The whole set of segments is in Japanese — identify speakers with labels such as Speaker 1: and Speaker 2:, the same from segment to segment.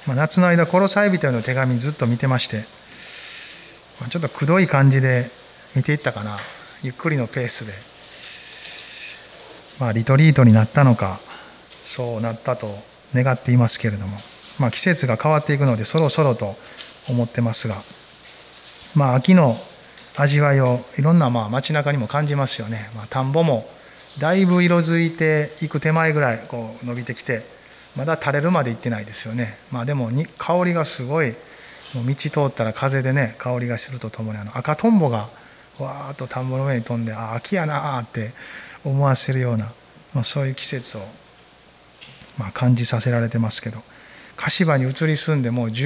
Speaker 1: 夏の間コロサイ人への手紙ずっと見てまして、ちょっとくどい感じで見ていったかな。ゆっくりのペースで、リトリートになったのか、そうなったと願っていますけれども、季節が変わっていくのでそろそろと思ってますが、秋の味わいをいろんな街中にも感じますよね。田んぼもだいぶ色づいていく手前ぐらいこう伸びてきて、まだ垂れるまで行ってないですよね。でも香りがすごい、もう道通ったら風でね、香りがするとともに赤とんぼがわーっと田んぼの上に飛んで、秋やなーって思わせるような、そういう季節を感じさせられてますけど、柏に移り住んでもう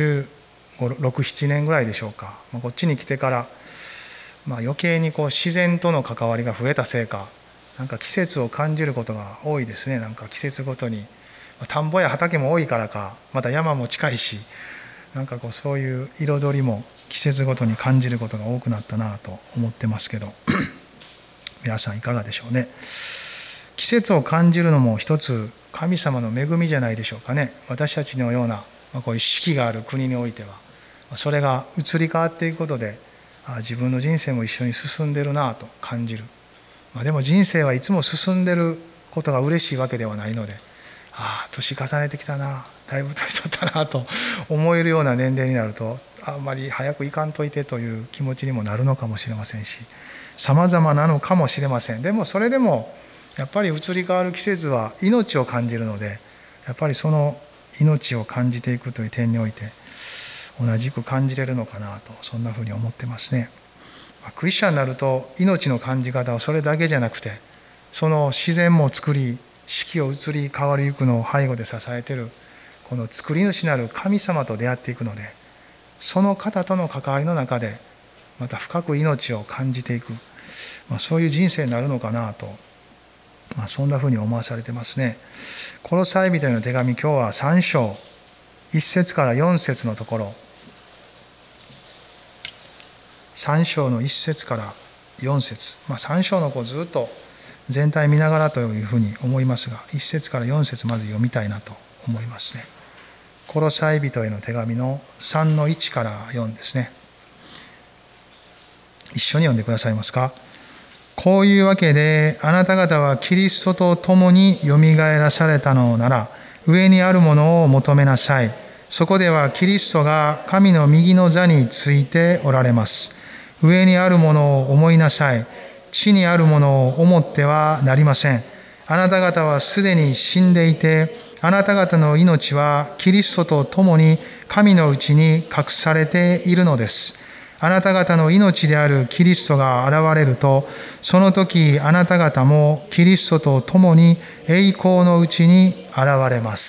Speaker 1: 15、6、7年ぐらいでしょうか。こっちに来てから余計にこう自然との関わりが増えたせいか、季節を感じることが多いですね。季節ごとに田んぼや畑も多いからか、また山も近いし、そういう彩りも季節ごとに感じることが多くなったなと思ってますけど皆さんいかがでしょうね。季節を感じるのも一つ神様の恵みじゃないでしょうかね。私たちのようなこういう四季がある国においては、それが移り変わっていくことで、自分の人生も一緒に進んでるなと感じる。でも人生はいつも進んでることが嬉しいわけではないので、年重ねてきたな、だいぶ年取ったなと思えるような年齢になると、あんまり早くいかんといてという気持ちにもなるのかもしれませんし、様々なのかもしれません。でもそれでもやっぱり移り変わる季節は命を感じるので、やっぱりその命を感じていくという点において同じく感じれるのかなと、そんなふうに思ってますね。クリスチャンになると命の感じ方はそれだけじゃなくて、その自然も作り、四季を移り変わりゆくのを背後で支えているこの作り主なる神様と出会っていくので、その方との関わりの中でまた深く命を感じていく、そういう人生になるのかなと、そんなふうに思わされてますね。コロサイ人への手紙、今日は3章1節から4節のところ、3章の1節から4節、3章のずっと全体見ながらというふうに思いますが、1節から4節まで読みたいなと思いますね。コロサイ人への手紙の3の1から4ですね。一緒に読んでくださいますか。こういうわけで、あなた方はキリストと共によみがえらされたのなら、上にあるものを求めなさい。そこではキリストが神の右の座についておられます。上にあるものを思いなさい。地にあるものを思ってはなりません。あなた方はすでに死んでいて、あなた方の命はキリストと共に神のうちに隠されているのです。あなた方の命であるキリストが現れると、その時あなた方もキリストと共に栄光のうちに現れます。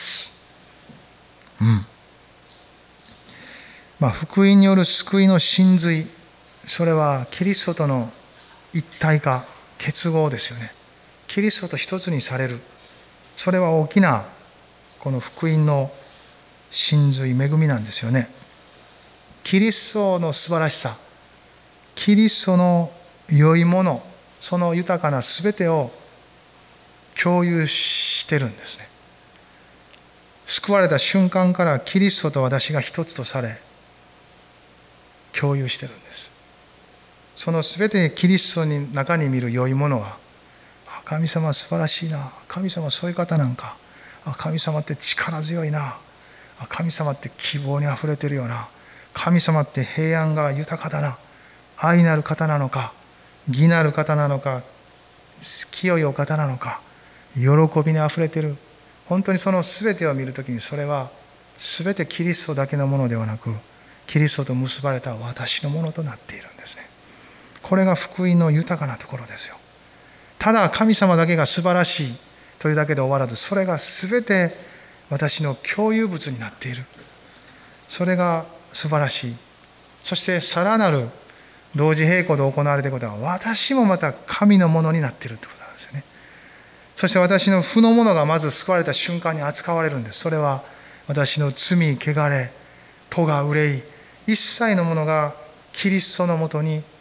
Speaker 1: 福音による救いの真髄、それはキリストとの一体化、結合ですよね。キリストと一つにされる。それは大きなこの福音の真髄、恵みなんですよね。キリストの素晴らしさ、キリストの良いもの、その豊かなすべてを共有してるんですね。救われた瞬間からキリストと私が一つとされ、共有してるんです。そのすべてキリストの中に見る良いものは、神様は素晴らしいな、神様はそういう方なんか、神様って力強いな、神様って希望にあふれてるよな、神様って平安が豊かだな、愛なる方なのか、義なる方なのか、清いお方なのか、喜びにあふれてる。本当にその全てを見るときに、それは全てキリストだけのものではなく、キリストと結ばれた私のものとなっているんですね。これが福音の豊かなところですよ。ただ神様だけが素晴らしいというだけで終わらず、それが全て私の共有物になっている。それが素晴らしい。そしてさらなる同時並行で行われていることは、私もまた神のものになっているということなんですよね。そして私の負のものがまず救われた瞬間に扱われるんです。それは私の罪、汚れ、咎、憂い、一切のものがキリストのもとに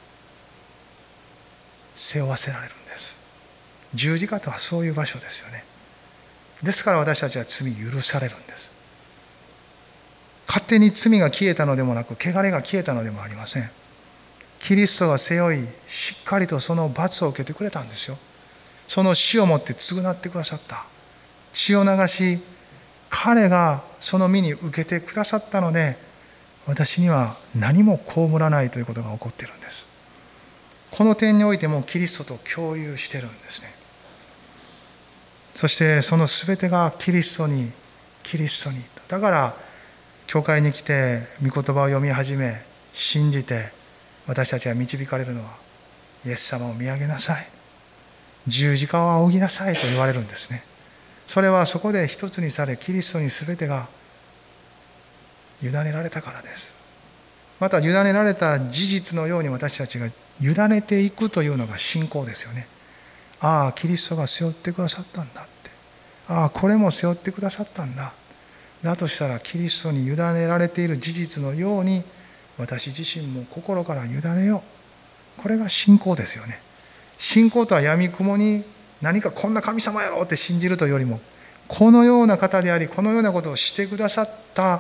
Speaker 1: 背負わせられるんです。十字架とはそういう場所ですよね。ですから私たちは罪許されるんです。 勝手に罪が消えたのでもなく、汚れが消えたのでもありません。キリストが背負い、しっかりとその罰を受けてくれたんですよ。その死をもって償ってくださった。血を流し、彼がその身に受けてくださったので、私には何も被らないということが起こっているんです。この点においてもキリストと共有しているんですね。そしてその全てがキリストに。だから教会に来て御言葉を読み始め、信じて私たちは導かれるのは、イエス様を見上げなさい、十字架を仰ぎなさいと言われるんですね。それはそこで一つにされ、キリストに全てが委ねられたからです。また委ねられた事実のように私たちが委ねていくというのが信仰ですよね。ああ、キリストが背負ってくださったんだって。ああ、これも背負ってくださったんだ。だとしたらキリストに委ねられている事実のように私自身も心から委ねよう。これが信仰ですよね。信仰とは闇雲に何かこんな神様やろうって信じるというよりも、このような方であり、このようなことをしてくださった、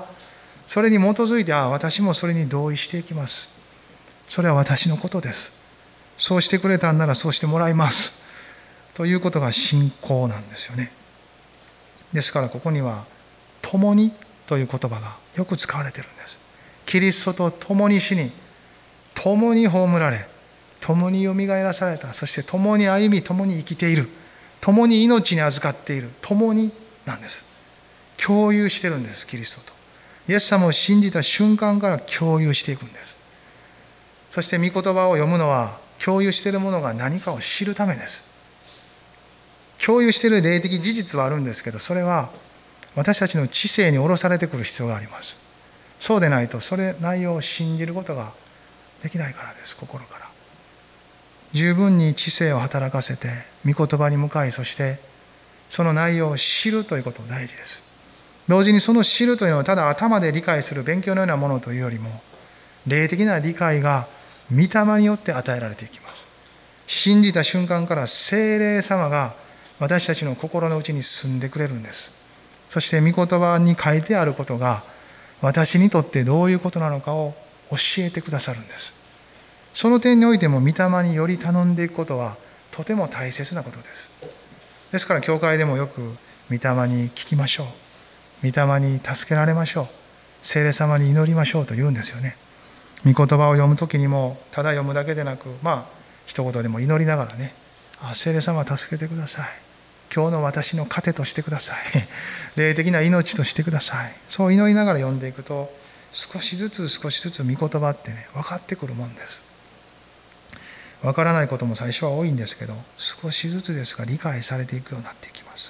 Speaker 1: それに基づいて、ああ、私もそれに同意していきます。それは私のことです。そうしてくれたんならそうしてもらいます。ということが信仰なんですよね。ですからここには、共にという言葉がよく使われているんです。キリストと共に死に、共に葬られ、共によみがえらされた、そして共に歩み、共に生きている、共に命に預かっている、共になんです。共有してるんです、キリストと。イエス様を信じた瞬間から共有していくんです。そして御言葉を読むのは、共有しているものが何かを知るためです。共有している霊的事実はあるんですけど、それは私たちの知性に下ろされてくる必要があります。そうでないと、それ内容を信じることができないからです。心から十分に知性を働かせて御言葉に向かい、そしてその内容を知るということが大事です。同時にその知るというのはただ頭で理解する勉強のようなものというよりも、霊的な理解が御霊によって与えられていきます。信じた瞬間から聖霊様が私たちの心の内に住んでくれるんです。そして御言葉に書いてあることが私にとってどういうことなのかを教えてくださるんです。その点においても御霊により頼んでいくことはとても大切なことです。ですから教会でもよく御霊に聞きましょう、御霊に助けられましょう、聖霊様に祈りましょうと言うんですよね。御言葉を読むときにもただ読むだけでなく、一言でも祈りながらね、聖霊様助けてください、今日の私の糧としてください霊的な命としてください、そう祈りながら読んでいくと、少しずつ御言葉ってね、分かってくるもんです。分からないことも最初は多いんですけど、少しずつですが理解されていくようになっていきます。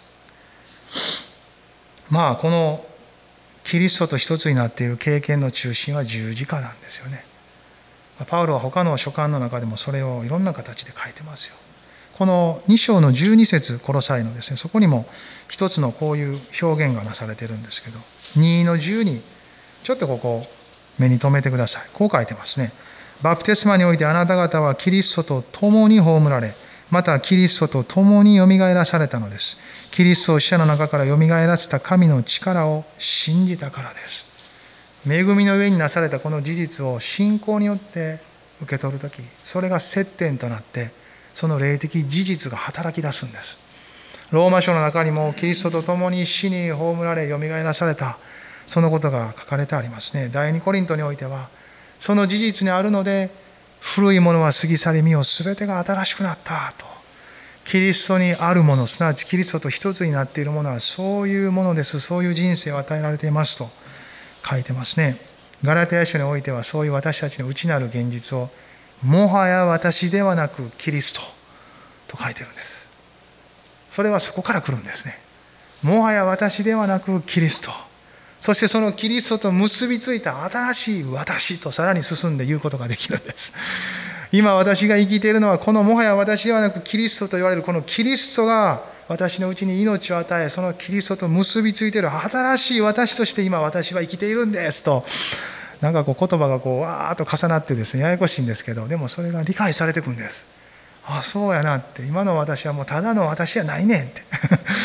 Speaker 1: このキリストと一つになっている経験の中心は十字架なんですよね。パウロは他の書簡の中でもそれをいろんな形で書いてますよ。この2章の12節コロサイのですね、そこにも一つのこういう表現がなされているんですけど、2の12、ちょっとここ目に留めてください。こう書いてますね。バプテスマにおいてあなた方はキリストと共に葬られ、またキリストと共によみがえらされたのです。キリストを死者の中からよみがえらせた神の力を信じたからです。恵みの上になされたこの事実を信仰によって受け取るとき、それが接点となって、その霊的事実が働き出すんです。ローマ書の中にもキリストと共に死に葬られよみがえらされた、そのことが書かれてありますね。第2コリントにおいては、その事実にあるので、古いものは過ぎ去り、身をすべてが新しくなったと。キリストにあるもの、すなわちキリストと一つになっているものはそういうものです。そういう人生を与えられていますと書いてますね。ガラテヤ書においてはそういう私たちの内なる現実を、もはや私ではなくキリストと書いてるんです。それはそこから来るんですね。もはや私ではなくキリスト。そしてそのキリストと結びついた新しい私とさらに進んで言うことができるんです。今私が生きているのはこのもはや私ではなくキリストと言われるこのキリストが私のうちに命を与え、そのキリストと結びついている新しい私として今私は生きているんですと、なんかこう言葉がこうわーっと重なってですね、ややこしいんですけど、でもそれが理解されていくんです。あ、そうやなって、今の私はもうただの私じゃないねんって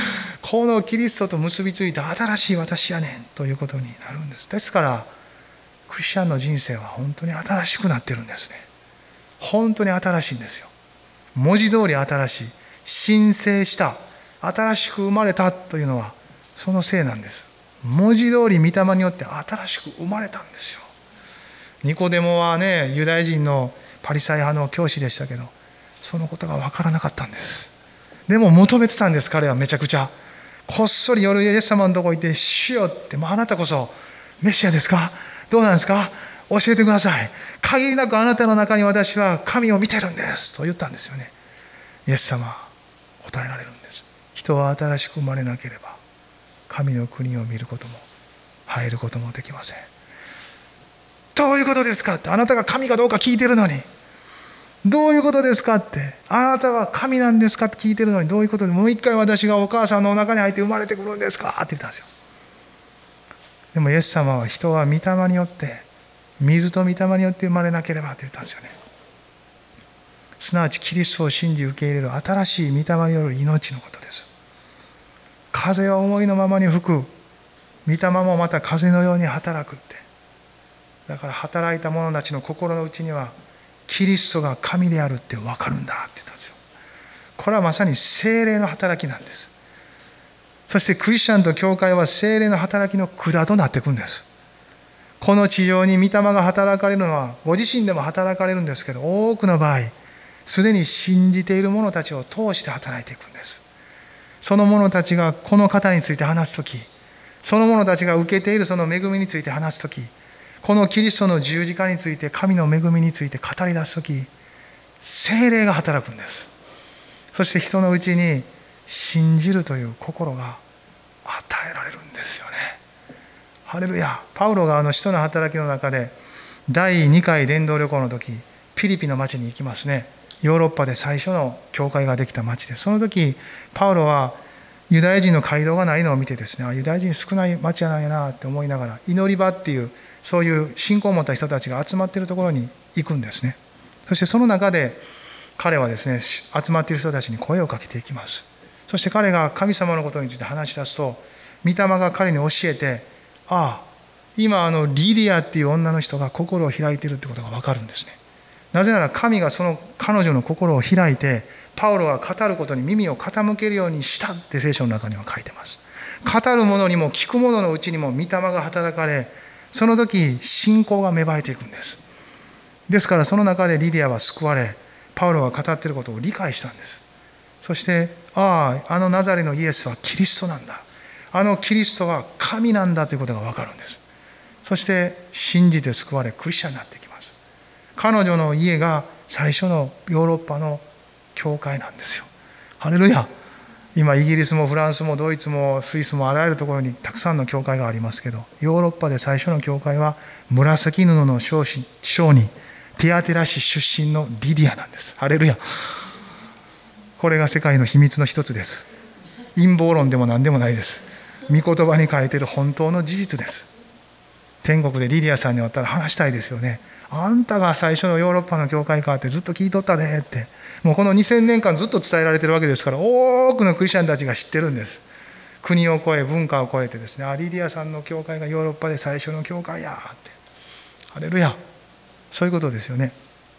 Speaker 1: このキリストと結びついた新しい私やねんということになるんです。ですからクリスチャンの人生は本当に新しくなってるんですね。本当に新しいんですよ。文字通り新しい、新生した、新しく生まれたというのはそのせいなんです。文字通り御霊によって新しく生まれたんですよ。ニコデモはね、ユダヤ人のパリサイ派の教師でしたけど、そのことが分からなかったんです。でも求めてたんです。彼はめちゃくちゃこっそり夜イエス様のとこ行って、主よって、あなたこそメシアですか、どうなんですか、教えてください、限りなくあなたの中に私は神を見てるんですと言ったんですよね。イエス様は答えられるんです。人は新しく生まれなければ神の国を見ることも入ることもできません。どういうことですかって、あなたが神かどうか聞いてるのに、どういうことですかって、あなたは神なんですかって聞いてるのに、どういうことで、もう一回私がお母さんのお腹に入って生まれてくるんですかって言ったんですよ。でもイエス様は、人は御霊によって、水と御霊によって生まれなければって言ったんですよね。すなわちキリストを信じ受け入れる新しい御霊による命のことです。風は思いのままに吹く、御霊もまた風のように働くって。だから働いた者たちの心の内には、キリストが神であるって分かるんだって言ったんですよ。これはまさに聖霊の働きなんです。そしてクリスチャンと教会は聖霊の働きの管となっていくんです。この地上に御霊が働かれるのはご自身でも働かれるんですけど、多くの場合すでに信じている者たちを通して働いていくんです。その者たちがこの方について話すとき、その者たちが受けているその恵みについて話すとき、このキリストの十字架について、神の恵みについて語り出すとき、聖霊が働くんです。そして人のうちに信じるという心が与えられるんですよね。ハレルヤ。パウロが使徒の働きの中で第2回伝道旅行の時、ピリピの町に行きますね。ヨーロッパで最初の教会ができた町で、その時パウロはユダヤ人の街道がないのを見てですね、ユダヤ人少ない町やないなって思いながら、祈り場っていうそういう信仰を持った人たちが集まっているところに行くんですね。そしてその中で彼はですね、集まっている人たちに声をかけていきます。そして彼が神様のことについて話し出すと、御霊が彼に教えて、ああ、今リディアっていう女の人が心を開いているってことが分かるんですね。なぜなら神がその彼女の心を開いて、パウロが語ることに耳を傾けるようにしたって聖書の中には書いてます。語る者にも聞く者のうちにも御霊が働かれ、その時信仰が芽生えていくんです。ですからその中でリディアは救われ、パウロが語っていることを理解したんです。そして、ああ、ナザレのイエスはキリストなんだ、キリストは神なんだということが分かるんです。そして信じて救われ、クリスチャンになっていきます。彼女の家が最初のヨーロッパの教会なんですよ。ハレルヤ。今イギリスもフランスもドイツもスイスもあらゆるところにたくさんの教会がありますけど、ヨーロッパで最初の教会は紫布の商人ティアテラ市出身のリディアなんです。ハレルヤ。これが世界の秘密の一つです。陰謀論でも何でもないです。御言葉に書いている本当の事実です。天国でリディアさんに会ったら話したいですよね。あんたが最初のヨーロッパの教会かってずっと聞いとったでって、もうこの2000年間ずっと伝えられてるわけですから、多くのクリスチャンたちが知ってるんです。国を越え文化を越えてですね、リディアさんの教会がヨーロッパで最初の教会やって、ハレルヤ。そういうことですよね。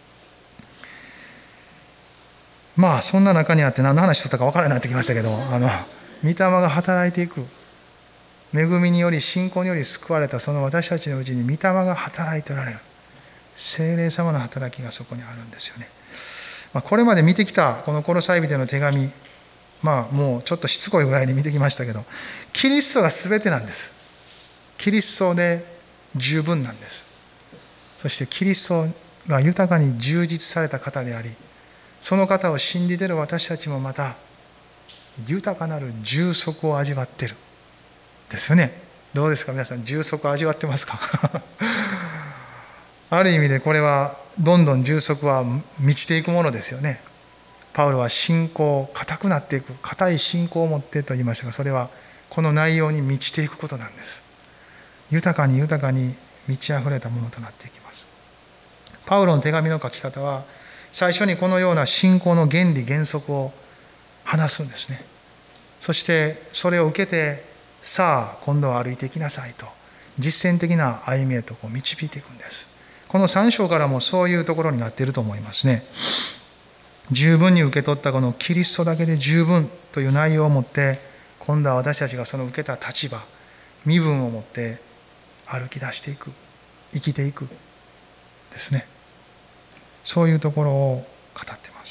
Speaker 1: まあそんな中にあって何の話しとったか分からなくなってきましたけど、御霊が働いていく、恵みにより信仰により救われたその私たちのうちに御霊が働いておられる、聖霊様の働きがそこにあるんですよね。これまで見てきたこのコロサイ人への手紙、もうちょっとしつこいぐらいに見てきましたけど、キリストが全てなんです。キリストで十分なんです。そしてキリストが豊かに充実された方であり、その方を信じている私たちもまた豊かなる充足を味わっているですよね。どうですか皆さん、充足を味わってますかある意味でこれはどんどん充足は満ちていくものですよね。パウロは信仰、固くなっていく、固い信仰を持ってと言いましたが、それはこの内容に満ちていくことなんです。豊かに豊かに満ち溢れたものとなっていきます。パウロの手紙の書き方は最初にこのような信仰の原理原則を話すんですね。 そしてそれを受けて、さあ今度は歩いていきなさいと実践的な歩みへと導いていくんです。この3章からもそういうところになっていると思いますね。十分に受け取ったこのキリストだけで十分という内容を持って、今度は私たちがその受けた立場、身分を持って歩き出していく、生きていくですね。そういうところを語っています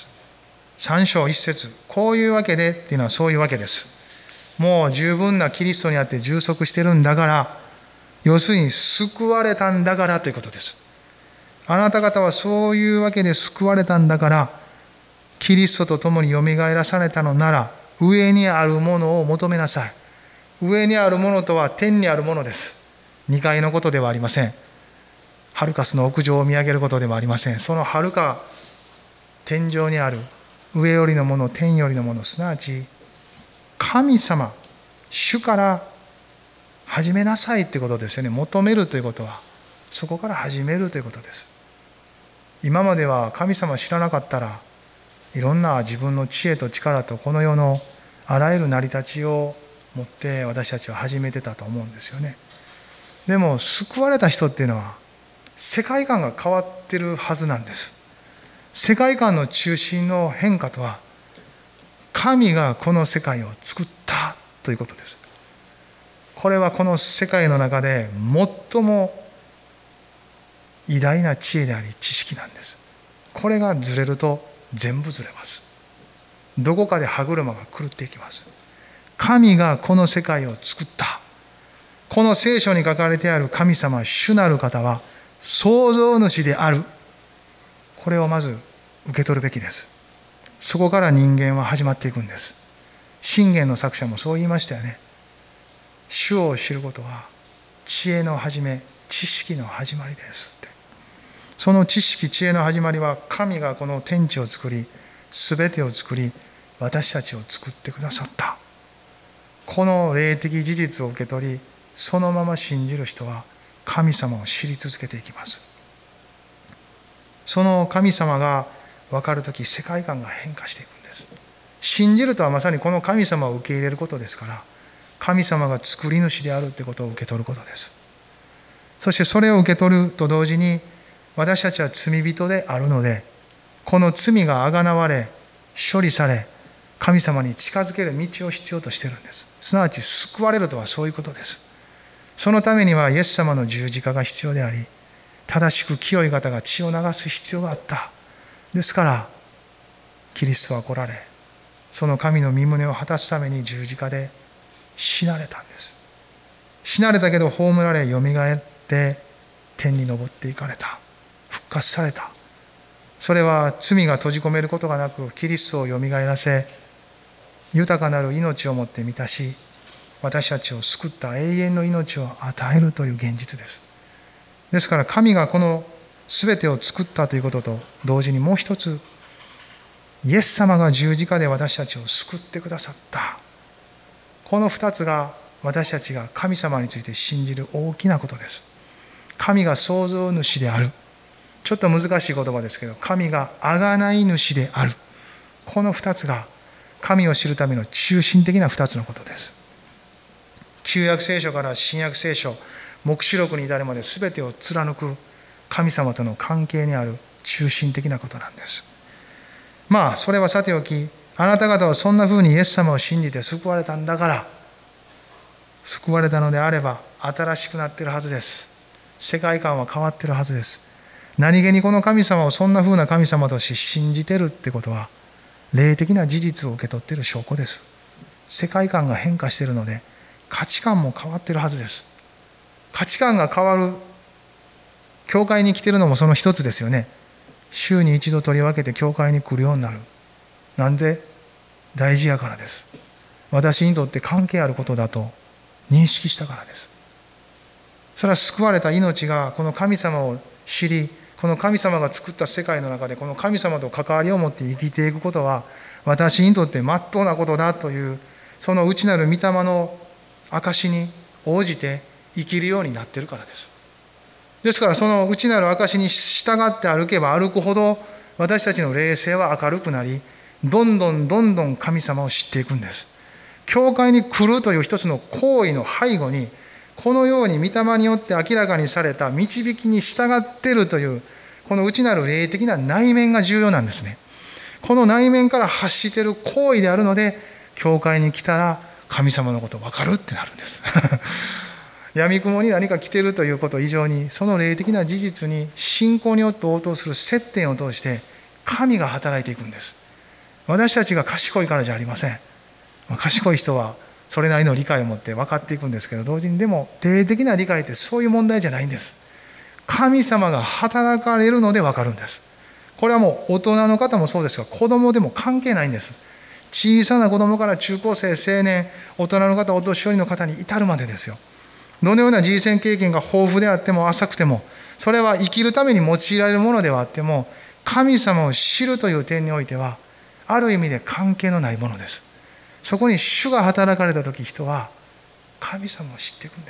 Speaker 1: 。3章1節、こういうわけでっていうのはそういうわけです。もう十分なキリストにあって充足してるんだから、要するに救われたんだからということです。あなた方はそういうわけで救われたんだから、キリストと共によみがえらされたのなら、上にあるものを求めなさい。上にあるものとは天にあるものです。2階のことではありません。ハルカスの屋上を見上げることではありません。そのはるか天上にある上よりのもの、天よりのもの、すなわち神様、主から始めなさいということですよね。求めるということは、そこから始めるということです。今までは神様を知らなかったら、いろんな自分の知恵と力とこの世のあらゆる成り立ちを持って私たちは始めてたと思うんですよね。でも救われた人っていうのは世界観が変わってるはずなんです。世界観の中心の変化とは、神がこの世界を作ったということです。これはこの世界の中で最も偉大な知恵であり知識なんです。これがずれると全部ずれます。どこかで歯車が狂っていきます。神がこの世界を作った。この聖書に書かれてある神様、主なる方は創造主である。これをまず受け取るべきです。そこから人間は始まっていくんです。箴言の作者もそう言いましたよね。主を知ることは知恵の始め、知識の始まりですって。その知識、知恵の始まりは、神がこの天地を作り、すべてを作り、私たちを作ってくださった。この霊的事実を受け取り、そのまま信じる人は神様を知り続けていきます。その神様が分かるとき、世界観が変化していくんです。信じるとはまさにこの神様を受け入れることですから、神様が作り主であるということを受け取ることです。そしてそれを受け取ると同時に、私たちは罪人であるので、この罪があがなわれ、処理され、神様に近づける道を必要としているんです。すなわち救われるとはそういうことです。そのためにはイエス様の十字架が必要であり、正しく清い方が血を流す必要があった。ですから、キリストは来られ、その神の御胸を果たすために十字架で死なれたんです。死なれたけど葬られ、よみがえって天に昇っていかれた。復活された。それは罪が閉じ込めることがなく、キリストをよみがえらせ、豊かなる命をもって満たし、私たちを救った永遠の命を与えるという現実です。ですから神がこの全てを作ったということと同時に、もう一つ、イエス様が十字架で私たちを救ってくださった。この二つが私たちが神様について信じる大きなことです。神が創造主である。ちょっと難しい言葉ですけど、神が贖い主である。この二つが神を知るための中心的な二つのことです。旧約聖書から新約聖書、黙示録に至るまで全てを貫く神様との関係にある中心的なことなんです。まあそれはさておき、あなた方はそんなふうにイエス様を信じて救われたんだから、救われたのであれば新しくなっているはずです。世界観は変わっているはずです。何気にこの神様をそんなふうな神様として信じてるってことは、霊的な事実を受け取っている証拠です。世界観が変化しているので、価値観も変わっているはずです。価値観が変わる、教会に来ているのもその一つですよね。週に一度取り分けて教会に来るようになる。なんで？大事やからです。私にとって関係あることだと認識したからです。それは救われた命がこの神様を知り、この神様が作った世界の中でこの神様と関わりを持って生きていくことは、私にとって真っ当なことだという、その内なる御霊の証に応じて生きるようになっているからです。ですからその内なる証に従って歩けば歩くほど、私たちの霊性は明るくなり、どんどん神様を知っていくんです。 教会に来るという一つの行為の背後に、このように御霊によって明らかにされた導きに従っているという、この内なる霊的な内面が重要なんですね。この内面から発している行為であるので、教会に来たら神様のこと分かるってなるんです。闇雲に何か来ているということ以上に、その霊的な事実に信仰によって応答する接点を通して、神が働いていくんです。私たちが賢いからじゃありません。賢い人はそれなりの理解を持って分かっていくんですけど、同時にでも霊的な理解ってそういう問題じゃないんです。神様が働かれるので分かるんです。これはもう大人の方もそうですが、子供でも関係ないんです。小さな子供から中高生、青年、大人の方、お年寄りの方に至るまでですよ。どのような人生経験が豊富であっても浅くても、それは生きるために用いられるものではあっても、神様を知るという点においてはある意味で関係のないものです。そこに主が働かれたとき、人は神様を知っていくんです。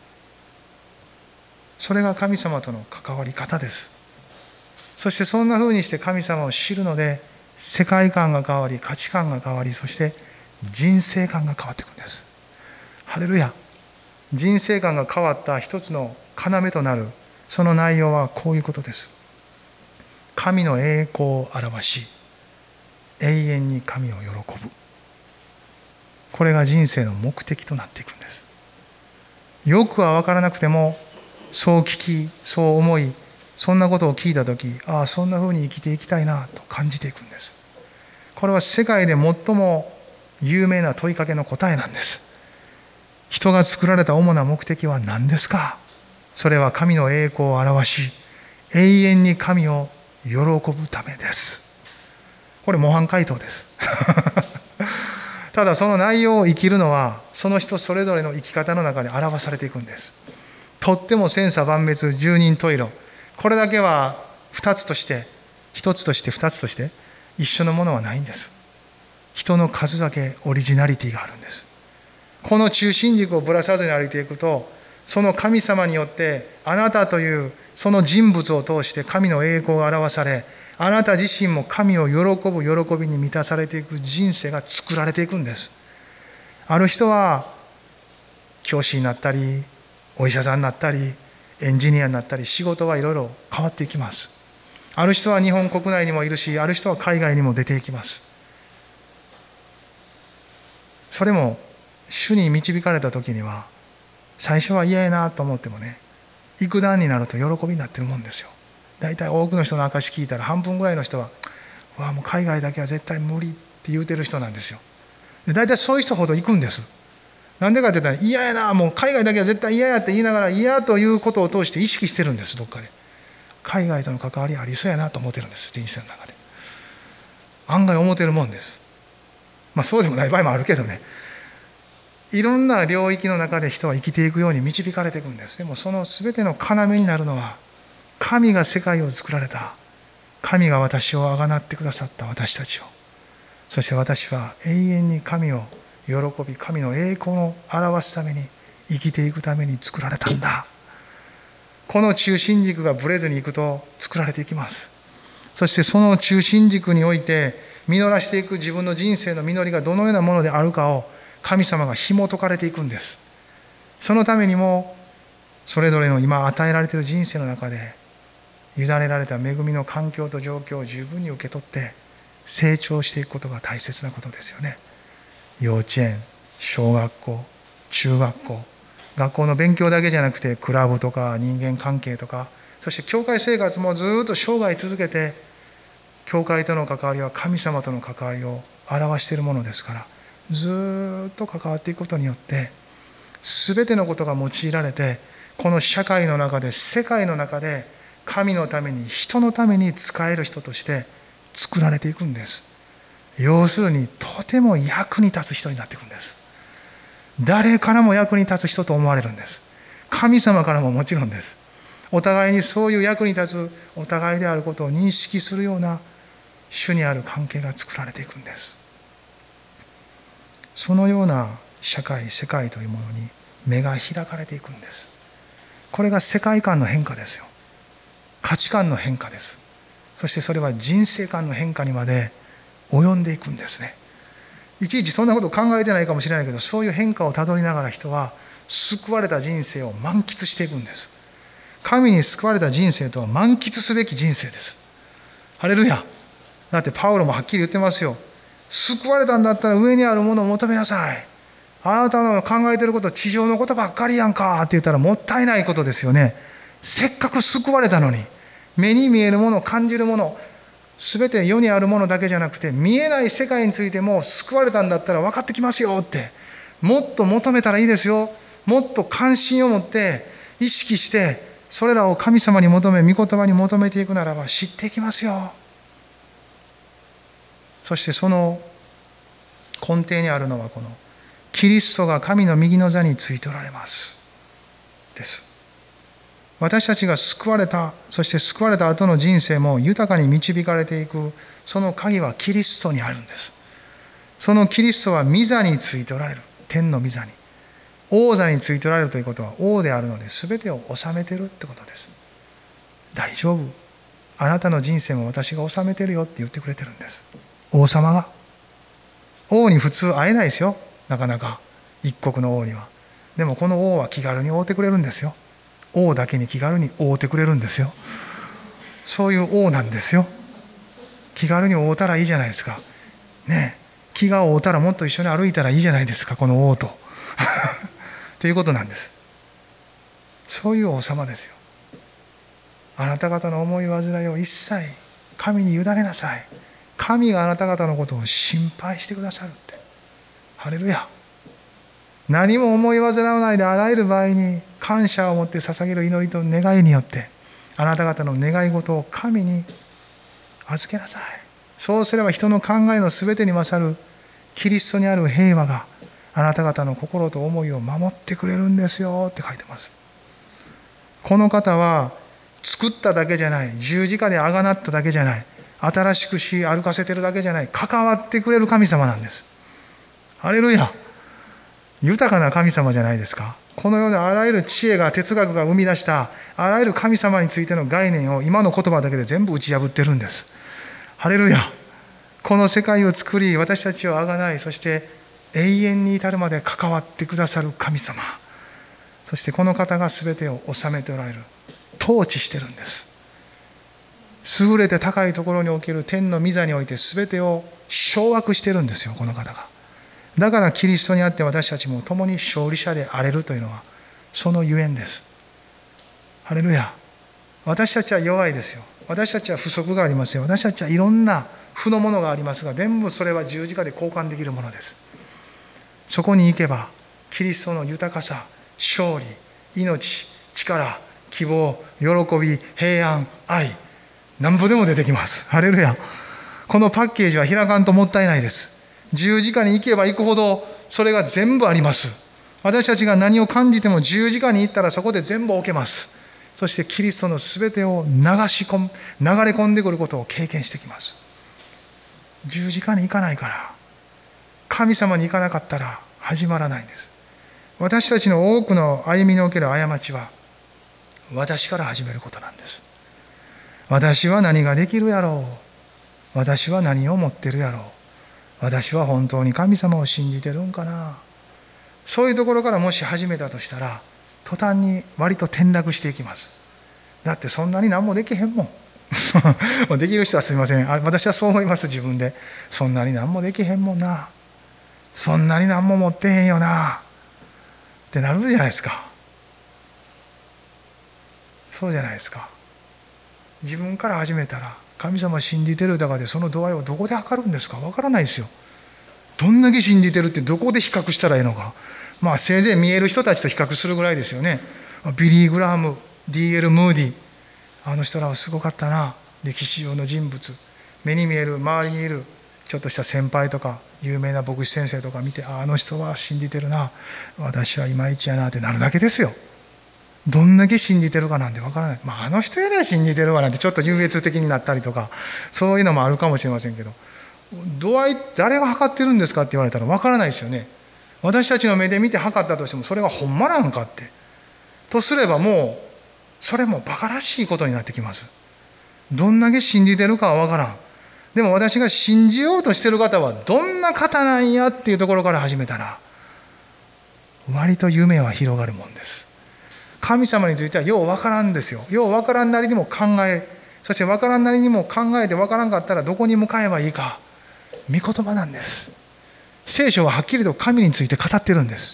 Speaker 1: それが神様との関わり方です。そしてそんな風にして神様を知るので、世界観が変わり、価値観が変わり、そして人生観が変わっていくんです。ハレルヤ。人生観が変わった一つの要となるその内容はこういうことです。神の栄光を表し、永遠に神を喜ぶ。これが人生の目的となっていくんです。よくは分からなくても、そう聞き、そう思い、そんなことを聞いたとき、ああ、そんな風に生きていきたいなと感じていくんです。これは世界で最も有名な問いかけの答えなんです。人が作られた主な目的は何ですか？それは神の栄光を表し、永遠に神を喜ぶためです。これ模範解答です。ただその内容を生きるのは、その人それぞれの生き方の中で表されていくんです。とっても千差万別、十人十色。これだけは二つとして、一つとして二つとして一緒のものはないんです。人の数だけオリジナリティがあるんです。この中心軸をぶらさずに歩いていくと、その神様によってあなたというその人物を通して神の栄光が表され、あなた自身も神を喜ぶ喜びに満たされていく人生が作られていくんです。ある人は教師になったり、お医者さんになったり、エンジニアになったり、仕事はいろいろ変わっていきます。ある人は日本国内にもいるし、ある人は海外にも出ていきます。それも主に導かれた時には、最初は嫌やなと思ってもね、幾段になると喜びになってるもんですよ。大体多くの人の証聞いたら、半分ぐらいの人は、うわもう海外だけは絶対無理って言うてる人なんですよ。で大体そういう人ほど行くんです。なんでかって言ったら、嫌やな、もう海外だけは絶対嫌やって言いながら、嫌ということを通して意識してるんです、どっかで。海外との関わりありそうやなと思ってるんです、人生の中で。案外思ってるもんです。まあそうでもない場合もあるけどね。いろんな領域の中で人は生きていくように導かれていくんです。でもその全ての要になるのは、神が世界を作られた、神が私をあがなってくださった私たちを、そして私は永遠に神を喜び、神の栄光を表すために、生きていくために作られたんだ。この中心軸がぶれずにいくと作られていきます。そしてその中心軸において実らしていく自分の人生の実りがどのようなものであるかを神様が紐解かれていくんです。そのためにもそれぞれの今与えられている人生の中で委ねられた恵みの環境と状況を十分に受け取って成長していくことが大切なことですよね。幼稚園、小学校、中学校、学校の勉強だけじゃなくてクラブとか人間関係とか、そして教会生活もずっと生涯続けて、教会との関わりは神様との関わりを表しているものですから、ずっと関わっていくことによって全てのことが用いられて、この社会の中で世界の中で神のために人のために使える人として作られていくんです。要するにとても役に立つ人になっていくんです。誰からも役に立つ人と思われるんです。神様からももちろんです。お互いにそういう役に立つお互いであることを認識するような主にある関係が作られていくんです。そのような社会、世界というものに目が開かれていくんです。これが世界観の変化ですよ。価値観の変化です。そしてそれは人生観の変化にまで及んでいくんですね。 いちいちそんなこと考えてないかもしれないけど、そういう変化をたどりながら人は救われた人生を満喫していくんです。神に救われた人生とは満喫すべき人生です。ハレルヤ。だってパウロもはっきり言ってますよ。救われたんだったら上にあるものを求めなさい。あなたの考えていることは地上のことばっかりやんかって言ったらもったいないことですよね。せっかく救われたのに、目に見えるもの、感じるもの、すべて世にあるものだけじゃなくて、見えない世界についても救われたんだったら分かってきますよって、もっと求めたらいいですよ。もっと関心を持って意識して、それらを神様に求め、御言葉に求めていくならば知っていきますよ。そしてその根底にあるのはこのキリストが神の右の座についておられますです。私たちが救われた、そして救われた後の人生も豊かに導かれていく、その鍵はキリストにあるんです。そのキリストは御座についておられる。天の御座に。王座についておられるということは王であるので全てを治めているってことです。大丈夫。あなたの人生も私が治めてるよって言ってくれてるんです。王様が。王に普通会えないですよ。なかなか。一国の王には。でもこの王は気軽に会うてくれるんですよ。王だけに気軽に会うてくれるんですよ。そういう王なんですよ。気軽に会うたらいいじゃないですか。ねえ。気が合うたらもっと一緒に歩いたらいいじゃないですか、この王と。ということなんです。そういう王様ですよ。あなた方の思い煩いを一切神に委ねなさい。神があなた方のことを心配してくださるって。ハレルヤ。何も思い煩わないであらゆる場合に感謝を持って捧げる祈りと願いによってあなた方の願い事を神に預けなさい。そうすれば人の考えのすべてに勝るキリストにある平和があなた方の心と思いを守ってくれるんですよって書いてます。この方は作っただけじゃない、十字架であがなっただけじゃない、新しくし歩かせてるだけじゃない、関わってくれる神様なんです。ハレルヤ。豊かな神様じゃないですか。この世であらゆる知恵が哲学が生み出したあらゆる神様についての概念を今の言葉だけで全部打ち破ってるんです。ハレルヤ。この世界を作り私たちをあがない、そして永遠に至るまで関わってくださる神様、そしてこの方が全てを治めておられる、統治してるんです。優れて高いところにおける天の御座において全てを掌握してるんですよ、この方が。だからキリストにあって私たちも共に勝利者であれるというのはそのゆえんです。ハレルヤ。私たちは弱いですよ。私たちは不足がありますよ。私たちはいろんな負のものがありますが、全部それは十字架で交換できるものです。そこに行けばキリストの豊かさ、勝利、命、力、希望、喜び、平安、愛、なんぼでも出てきます。ハレルヤ。このパッケージは開かんともったいないです。十字架に行けば行くほどそれが全部あります。私たちが何を感じても十字架に行ったらそこで全部置けます。そしてキリストのすべてを流れ込んでくることを経験してきます。十字架に行かないから、神様に行かなかったら始まらないんです。私たちの多くの歩みにおける過ちは私から始めることなんです。私は何ができるやろう。私は何を持ってるやろう。私は本当に神様を信じてるんかな。そういうところからもし始めたとしたら途端に割と転落していきます。だってそんなに何もできへんもんできる人はすみません、私はそう思います。自分でそんなに何もできへんもんな、そんなに何も持ってへんよなってなるじゃないですか。そうじゃないですか。自分から始めたら神様信じてるだかでその度合いをどこで測るんですか。わからないですよ。どんだけ信じてるってどこで比較したらいいのか。まあせいぜい見える人たちと比較するぐらいですよね。ビリー・グラハム、D.L. ムーディ、あの人らはすごかったな。歴史上の人物、目に見える周りにいるちょっとした先輩とか有名な牧師先生とか見て、あの人は信じてるな、私はいまいちやなってなるだけですよ。どんだけ信じてるかなんてわからない。まあ、あの人よりは信じてるわなんてちょっと優越的になったりとか、そういうのもあるかもしれませんけど、度合い誰が測ってるんですかって言われたらわからないですよね。私たちの目で見て測ったとしてもそれがほんまなんかってとすれば、もうそれもバカらしいことになってきます。どんだけ信じてるかはわからん。 でも私が信じようとしている方はどんな方なんやっていうところから始めたら、割と夢は広がるもんです。神様についてはようわからんですよ。ようわからんなりにも考え、そしてわからんなりにも考えてわからんかったらどこに向かえばいいか。御言葉なんです。聖書ははっきりと神について語ってるんです。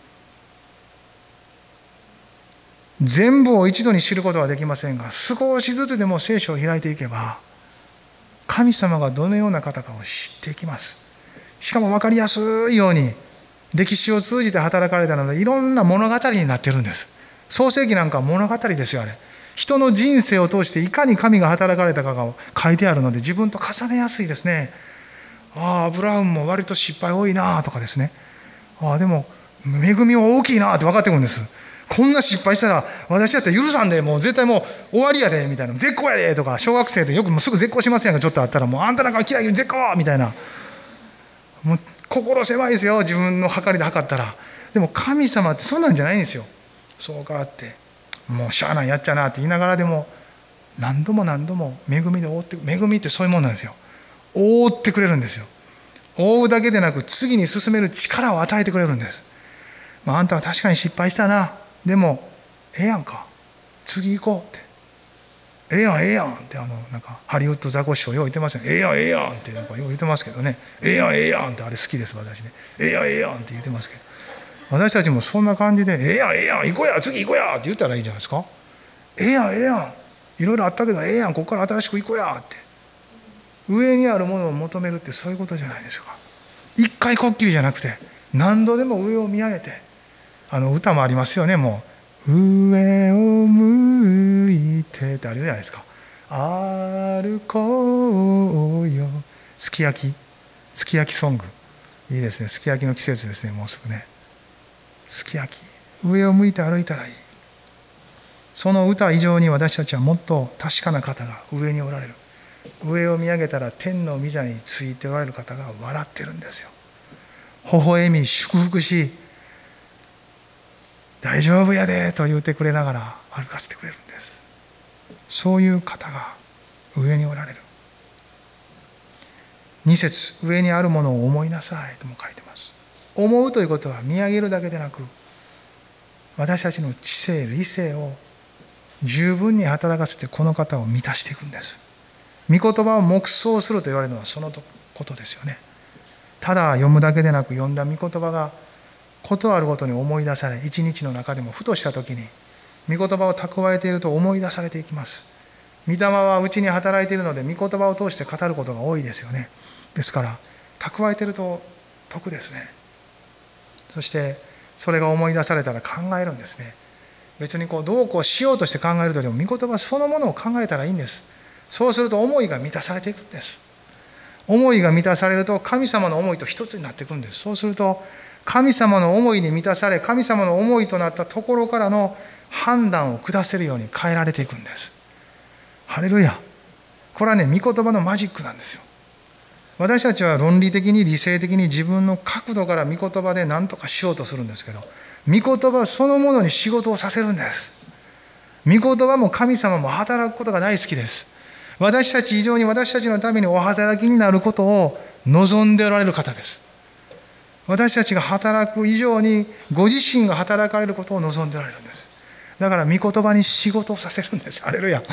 Speaker 1: 全部を一度に知ることはできませんが、少しずつでも聖書を開いていけば、神様がどのような方かを知っていきます。しかも分かりやすいように、歴史を通じて働かれたので、いろんな物語になってるんです。創世記なんかは物語ですよ、あれ。人の人生を通していかに神が働かれたかが書いてあるので、自分と重ねやすいですね。ああ、アブラハムも割と失敗多いなとかですね。ああ、でも、恵みは大きいなって分かってくるんです。こんな失敗したら、私だったら許さんで、もう絶対もう終わりやで、みたいな。絶好やでとか、小学生でよくもうすぐ絶好しませんが、ちょっとあったら、もうあんたなんか嫌いに絶好みたいな。もう心狭いですよ、自分の計りで測ったら。でも神様ってそうなんじゃないんですよ。そうかって、もうしゃあないやっちゃなって言いながらでも、何度も何度も恵みで覆って、恵みってそういうもんなんですよ。覆ってくれるんですよ。覆うだけでなく、次に進める力を与えてくれるんです。まあ、あんたは確かに失敗したな。でも、ええやんか。次行こうって。ええやん、ええやんって、なんか、ハリウッドザコシショウよう言ってますよね。ええやん、ええやんって、なんかよう言ってますけどね。ええやん、ええやんって、あれ好きです、私ね。ええやん、ええやんって言ってますけど。私たちもそんな感じで、ええやん、ええやん、行こうや、次行こうやって言ったらいいじゃないですか。ええやん、ええやん。いろいろあったけど、ええやん、ここから新しく行こうやって。上にあるものを求めるってそういうことじゃないでしょうか。一回こっきりじゃなくて、何度でも上を見上げて、歌もありますよね、もう。上を向いてってあるじゃないですか。歩こうよ。すき焼きソング。いいですね。すき焼きの季節ですね、もうすぐね。すき焼き。上を向いて歩いたらいい。その歌以上に私たちはもっと確かな方が上におられる。上を見上げたら天の御座についておられる方が笑ってるんですよ。微笑み祝福し、大丈夫やでと言ってくれながら歩かせてくれるんです。そういう方が上におられる。2節、上にあるものを思いなさいとも書いてます。思うということは見上げるだけでなく、私たちの知性、理性を十分に働かせてこの方を満たしていくんです。御言葉を黙想すると言われるのはそのことですよね。ただ読むだけでなく、読んだ御言葉がことあるごとに思い出され、一日の中でもふとした時に御言葉を蓄えていると思い出されていきます。御霊はうちに働いているので御言葉を通して語ることが多いですよね。ですから蓄えていると得ですね。そしてそれが思い出されたら考えるんですね。別にどうこうしようとして考えるとよりも御言葉そのものを考えたらいいんです。そうすると思いが満たされていくんです。思いが満たされると神様の思いと一つになっていくんです。そうすると神様の思いに満たされ、神様の思いとなったところからの判断を下せるように変えられていくんです。ハレルヤ。これはね、御言葉のマジックなんですよ。私たちは論理的に理性的に自分の角度から御言葉で何とかしようとするんですけど、御言葉そのものに仕事をさせるんです。御言葉も神様も働くことが大好きです。私たち以上に私たちのためにお働きになることを望んでおられる方です。私たちが働く以上にご自身が働かれることを望んでおられるんです。だから御言葉に仕事をさせるんです。ハレルヤ。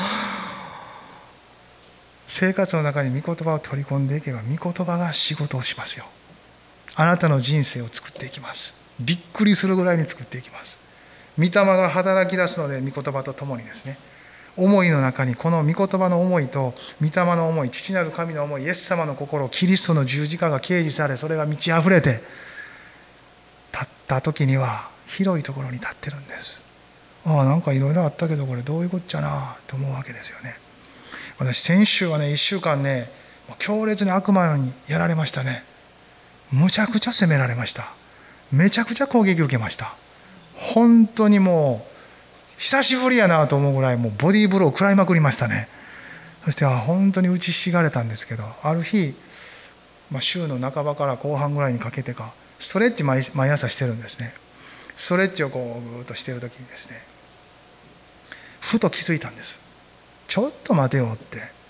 Speaker 1: 生活の中に御言葉を取り込んでいけば御言葉が仕事をしますよ。あなたの人生を作っていきます。びっくりするぐらいに作っていきます。御霊が働き出すので、御言葉とともにですね、思いの中にこの御言葉の思いと御霊の思い、父なる神の思い、イエス様の心、キリストの十字架が掲示され、それが満ち溢れて立った時には広いところに立ってるんです。ああ、なんかいろいろあったけどこれどういうこっちゃなと思うわけですよね。私先週はね、1週間ね、強烈に悪魔にやられましたね。むちゃくちゃ責められました。めちゃくちゃ攻撃を受けました。本当にもう久しぶりやなと思うぐらいもうボディーブローを食らいまくりましたね。そして本当に打ちひしがれたんですけど、ある日、週の半ばから後半ぐらいにかけてかストレッチ 毎朝してるんですね。ストレッチをぐーっとしてる時にですね、ふと気づいたんです。ちょっと待てよって、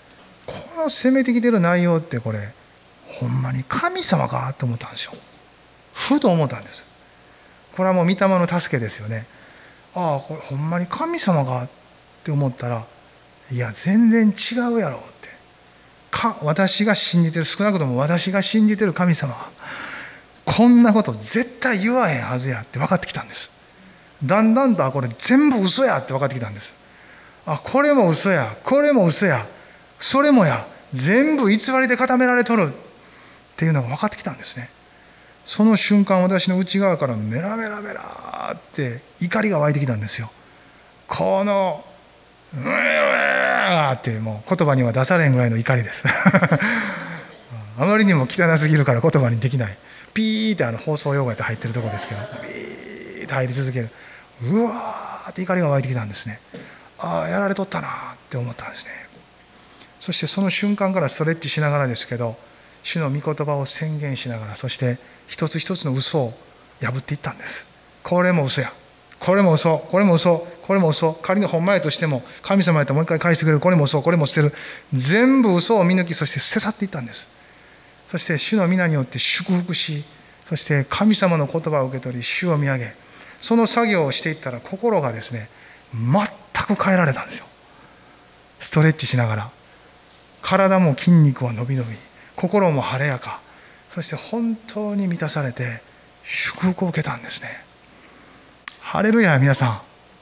Speaker 1: この攻めてきてる内容ってこれほんまに神様かと思ったんですよ。ふと思ったんです。これはもう御霊の助けですよね。ああこれほんまに神様かって思ったら、いや全然違うやろって、私が信じてる、少なくとも私が信じてる神様はこんなこと絶対言わへんはずやって分かってきたんです。だんだんとこれ全部嘘やって分かってきたんです。これも嘘や、これも嘘や、それもや、全部偽りで固められとるっていうのが分かってきたんですね。その瞬間、私の内側からメラメラメラって怒りが湧いてきたんですよ。このうーってもう言葉には出されんぐらいの怒りですあまりにも汚すぎるから言葉にできない。ピーって放送用語やって入ってるところですけど、ピーって入り続ける。うわーって怒りが湧いてきたんですね。やられとったなって思ったんですね。そしてその瞬間からストレッチしながらですけど、主の御言葉を宣言しながら、そして一つ一つの嘘を破っていったんです。これも嘘や、これも嘘、これも嘘、これも嘘、仮にほんまやとしても神様やったらもう一回返してくれる、これも嘘、これも捨てる、全部嘘を見抜き、そして捨て去っていったんです。そして主の皆によって祝福し、そして神様の言葉を受け取り、主を見上げ、その作業をしていったら心がですね、全く変えられたんですよ。ストレッチしながら体も筋肉は伸び伸び、心も晴れやか、そして本当に満たされて祝福を受けたんですね。ハレルヤ。皆さ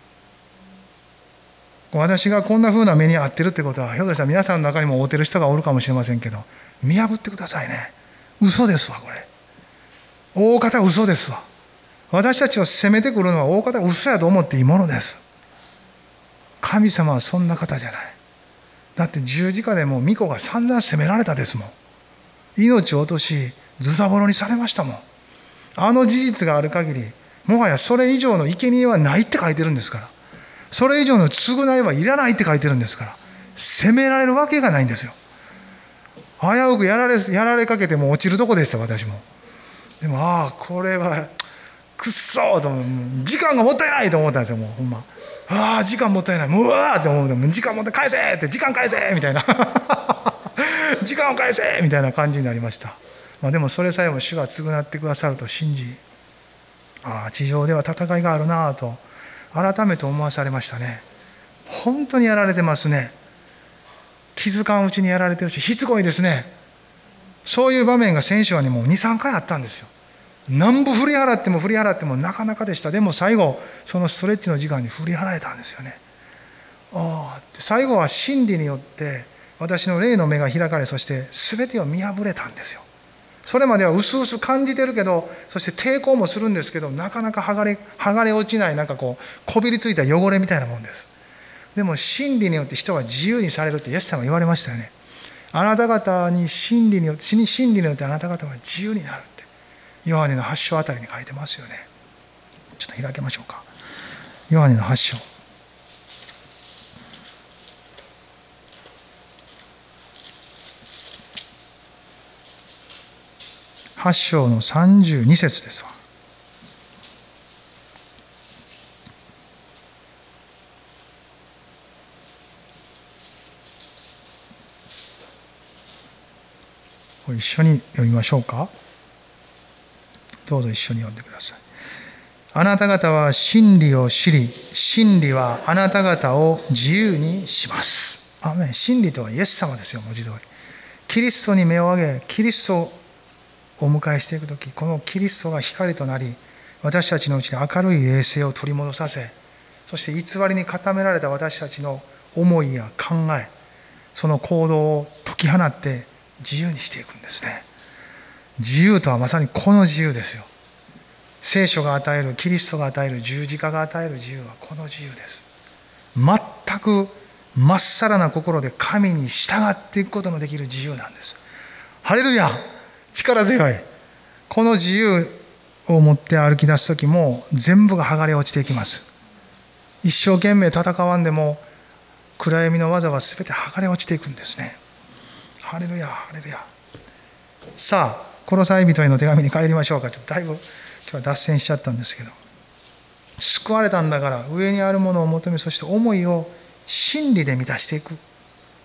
Speaker 1: ん、私がこんな風な目に遭ってるってことは、ひょっとしたら皆さんの中にも遭ってる人がおるかもしれませんけど、見破ってくださいね。嘘ですわ。これ大方嘘ですわ。私たちを責めてくるのは大方嘘やと思っていいものです。神様はそんな方じゃない。だって十字架でもう御子が散々責められたですもん。命を落としずさぼろにされましたもん。あの事実がある限り、もはやそれ以上の生贄はないって書いてるんですから、それ以上の償いはいらないって書いてるんですから、責められるわけがないんですよ。危うくやられかけても落ちるとこでした、私も。でもこれはくっそーと、時間がもったいないと思ったんですよ。もうほんま時間もったいない、もううわーって思うと、時間もったいない、返せって、時間返せみたいな時間を返せみたいな感じになりました。でもそれさえも主が償ってくださると信じ、地上では戦いがあるなと改めて思わされましたね。本当にやられてますね。気づかんうちにやられてるし、しつこいですね。そういう場面が先週はね、もう 2,3 回あったんですよ。何部振り払っても振り払ってもなかなかでした。でも最後そのストレッチの時間に振り払えたんですよね。最後は真理によって私の霊の目が開かれ、そして全てを見破れたんですよ。それまでは薄々感じてるけど、そして抵抗もするんですけど、なかなか剥がれ落ちない、こびりついた汚れみたいなもんです。でも真理によって人は自由にされるってイエス様は言われましたよね。あなた方に真理によってあなた方は自由になるって、ヨハネの8章あたりに書いてますよね。ちょっと開けましょうか。ヨハネの8章。8章の32節ですわ。これ一緒に読みましょうか。どうぞ一緒に読んでください。あなた方は真理を知り、真理はあなた方を自由にします。アメン。真理とはイエス様ですよ、文字通り。キリストに目を上げ、キリストをお迎えしていくとき、このキリストが光となり、私たちのうちに明るい霊性を取り戻させ、そして偽りに固められた私たちの思いや考え、その行動を解き放って自由にしていくんですね。自由とはまさにこの自由ですよ。聖書が与える、キリストが与える、十字架が与える自由はこの自由です。全くまっさらな心で神に従っていくことのできる自由なんです。ハレルヤ。力強い。この自由を持って歩き出すときも全部が剥がれ落ちていきます。一生懸命戦わんでも暗闇の技は全て剥がれ落ちていくんですね。ハレルヤ、ハレルヤ。さあ、コロサイ人への手紙に帰りましょうか。ちょっとだいぶ今日は脱線しちゃったんですけど、救われたんだから上にあるものを求め、そして思いを真理で満たしていく。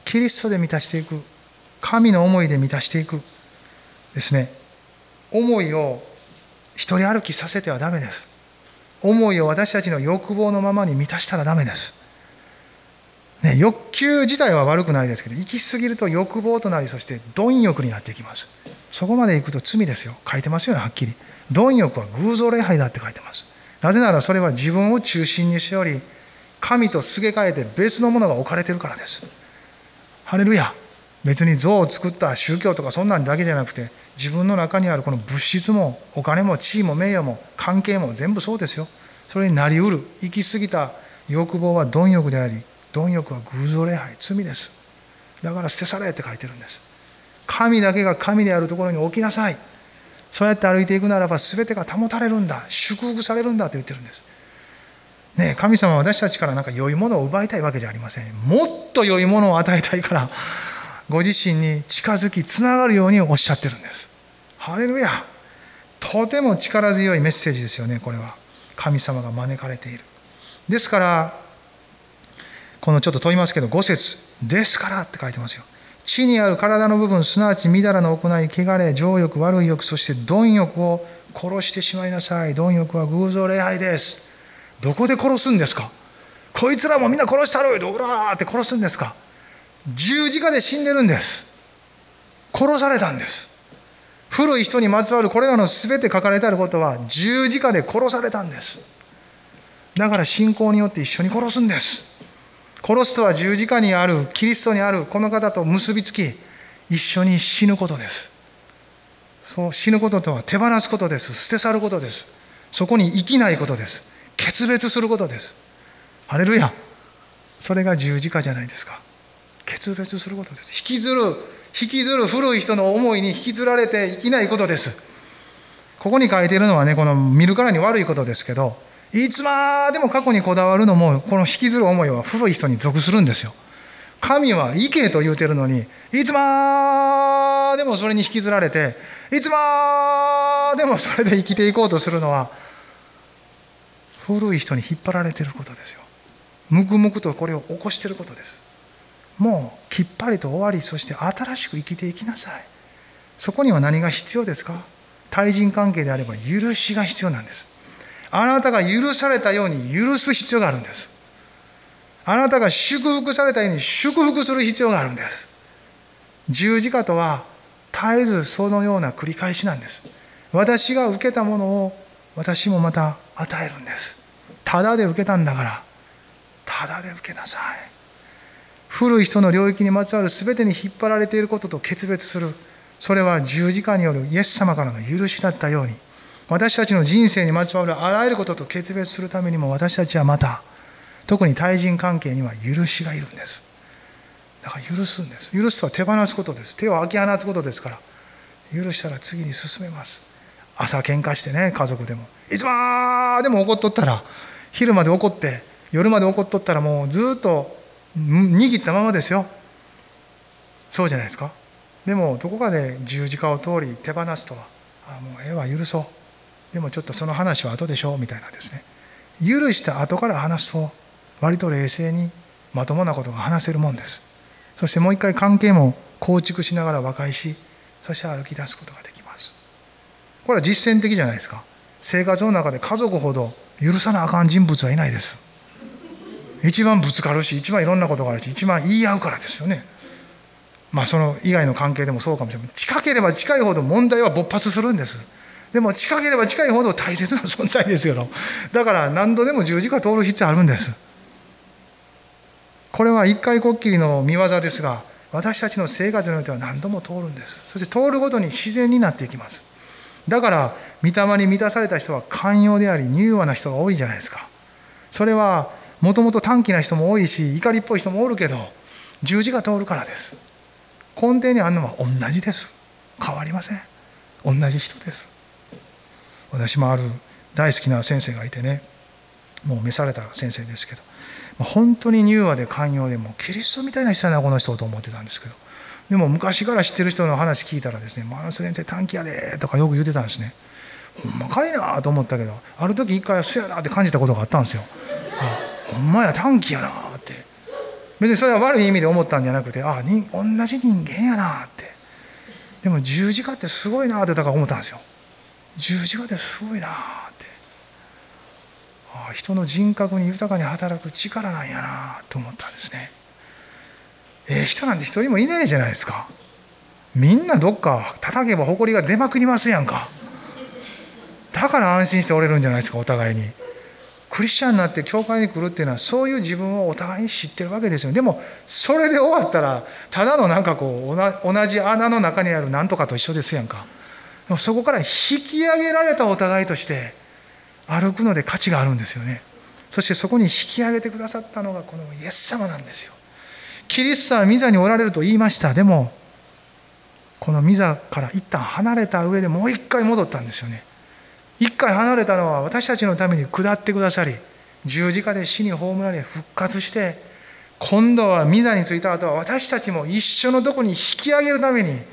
Speaker 1: キリストで満たしていく、神の思いで満たしていくですね。思いを一人歩きさせてはダメです。思いを私たちの欲望のままに満たしたらダメです。ね、欲求自体は悪くないですけど、行き過ぎると欲望となり、そして貪欲になっていきます。そこまで行くと罪ですよ。書いてますよね、はっきり。貪欲は偶像礼拝だって書いてます。なぜならそれは自分を中心にしており、神とすげ替えて別のものが置かれているからです。ハレルヤ。別に像を作った宗教とかそんなんだけじゃなくて、自分の中にあるこの物質もお金も地位も名誉も関係も全部そうですよ。それになりうる行き過ぎた欲望は貪欲であり、貪欲は偶像礼拝、罪です。だから捨て去れって書いてるんです。神だけが神であるところに置きなさい。そうやって歩いていくならば全てが保たれるんだ、祝福されるんだと言ってるんです。ねえ、神様は私たちからなんか良いものを奪いたいわけじゃありません。もっと良いものを与えたいから、ご自身に近づきつながるようにおっしゃってるんです。ハレルヤ。とても力強いメッセージですよね。これは神様が招かれている。ですからこのちょっと問いますけど、5節ですからって書いてますよ。地にある体の部分、すなわちみだらの行い、汚れ、情欲、悪い欲、そして貪欲を殺してしまいなさい。貪欲は偶像礼拝です。どこで殺すんですか。こいつらもみんな殺したろよ、オラーって殺すんですか。十字架で死んでるんです。殺されたんです。古い人にまつわるこれらの全て書かれてあることは十字架で殺されたんです。だから信仰によって一緒に殺すんです。殺すとは十字架にあるキリストにあるこの方と結びつき、一緒に死ぬことです。そう死ぬこととは手放すことです。捨て去ることです。そこに生きないことです。決別することです。ハレルヤ。それが十字架じゃないですか。決別することです。引きずる古い人の思いに引きずられて生きないことです。ここに書いているのはね、この見るからに悪いことですけど、いつまでも過去にこだわるのも、この引きずる思いは古い人に属するんですよ。神は行けと言うてるのに、いつまでもそれに引きずられて、いつまでもそれで生きていこうとするのは、古い人に引っ張られていることですよ。黙々とこれを起こしていることです。もうきっぱりと終わり、そして新しく生きていきなさい。そこには何が必要ですか。対人関係であれば許しが必要なんです。あなたが許されたように許す必要があるんです。あなたが祝福されたように祝福する必要があるんです。十字架とは絶えずそのような繰り返しなんです。私が受けたものを私もまた与えるんです。ただで受けたんだから、ただで受けなさい。古い人の領域にまつわる全てに引っ張られていることと決別する。それは十字架によるイエス様からの許しだったように、私たちの人生にまつわるあらゆることと決別するためにも、私たちはまた、特に対人関係には許しがいるんです。だから許すんです。許すとは手放すことです。手を開き放つことですから、許したら次に進めます。朝喧嘩してね、家族でもいつまでも怒っとったら、昼まで怒って夜まで怒っとったら、もうずっと握ったままですよ。そうじゃないですか。でもどこかで十字架を通り手放すとは、もうええわ、許そう、でもちょっとその話は後でしょみたいなですね。許した後から話すと割と冷静にまともなことが話せるもんです。そしてもう一回関係も構築しながら和解し、そして歩き出すことができます。これは実践的じゃないですか。生活の中で家族ほど許さなあかん人物はいないです。一番ぶつかるし、一番いろんなことがあるし、一番言い合うからですよね。その以外の関係でもそうかもしれない。近ければ近いほど問題は勃発するんです。でも近ければ近いほど大切な存在ですよ。だから何度でも十字架通る必要あるんです。これは一回こっきりの見業ですが、私たちの生活においては何度も通るんです。そして通るごとに自然になっていきます。だから御霊に満たされた人は寛容であり柔和な人が多いじゃないですか。それはもともと短気な人も多いし、怒りっぽい人もおるけど、十字架通るからです。根底にあるのは同じです。変わりません。同じ人です。私もある大好きな先生がいてね、もう召された先生ですけど、本当に柔和で寛容で、もうキリストみたいな人だなこの人と思ってたんですけど、でも昔から知ってる人の話聞いたらですね、あの先生短気やでとかよく言ってたんですね。ほんまかいなと思ったけど、ある時一回そうやなって感じたことがあったんですよ。ほんまや短気やなって。 別にそれは悪い意味で思ったんじゃなくて、同じ人間やなって。でも十字架ってすごいなってだから思ったんですよ。十字架ってすごいなって。人の人格に豊かに働く力なんやなと思ったんですね。人なんて一人もいないじゃないですか。みんなどっか叩けば埃が出まくりますやんか。だから安心しておれるんじゃないですか、お互いに。クリスチャンになって教会に来るっていうのはそういう自分をお互いに知ってるわけですよ。でもそれで終わったらただの同じ穴の中にある何とかと一緒ですやんか。でもそこから引き上げられたお互いとして歩くので価値があるんですよね。そしてそこに引き上げてくださったのがこのイエス様なんですよ。キリストは御座におられると言いました。でもこの御座から一旦離れた上でもう一回戻ったんですよね。一回離れたのは私たちのために下ってくださり、十字架で死に葬られ復活して、今度は御座に着いた後は私たちも一緒のとこに引き上げるために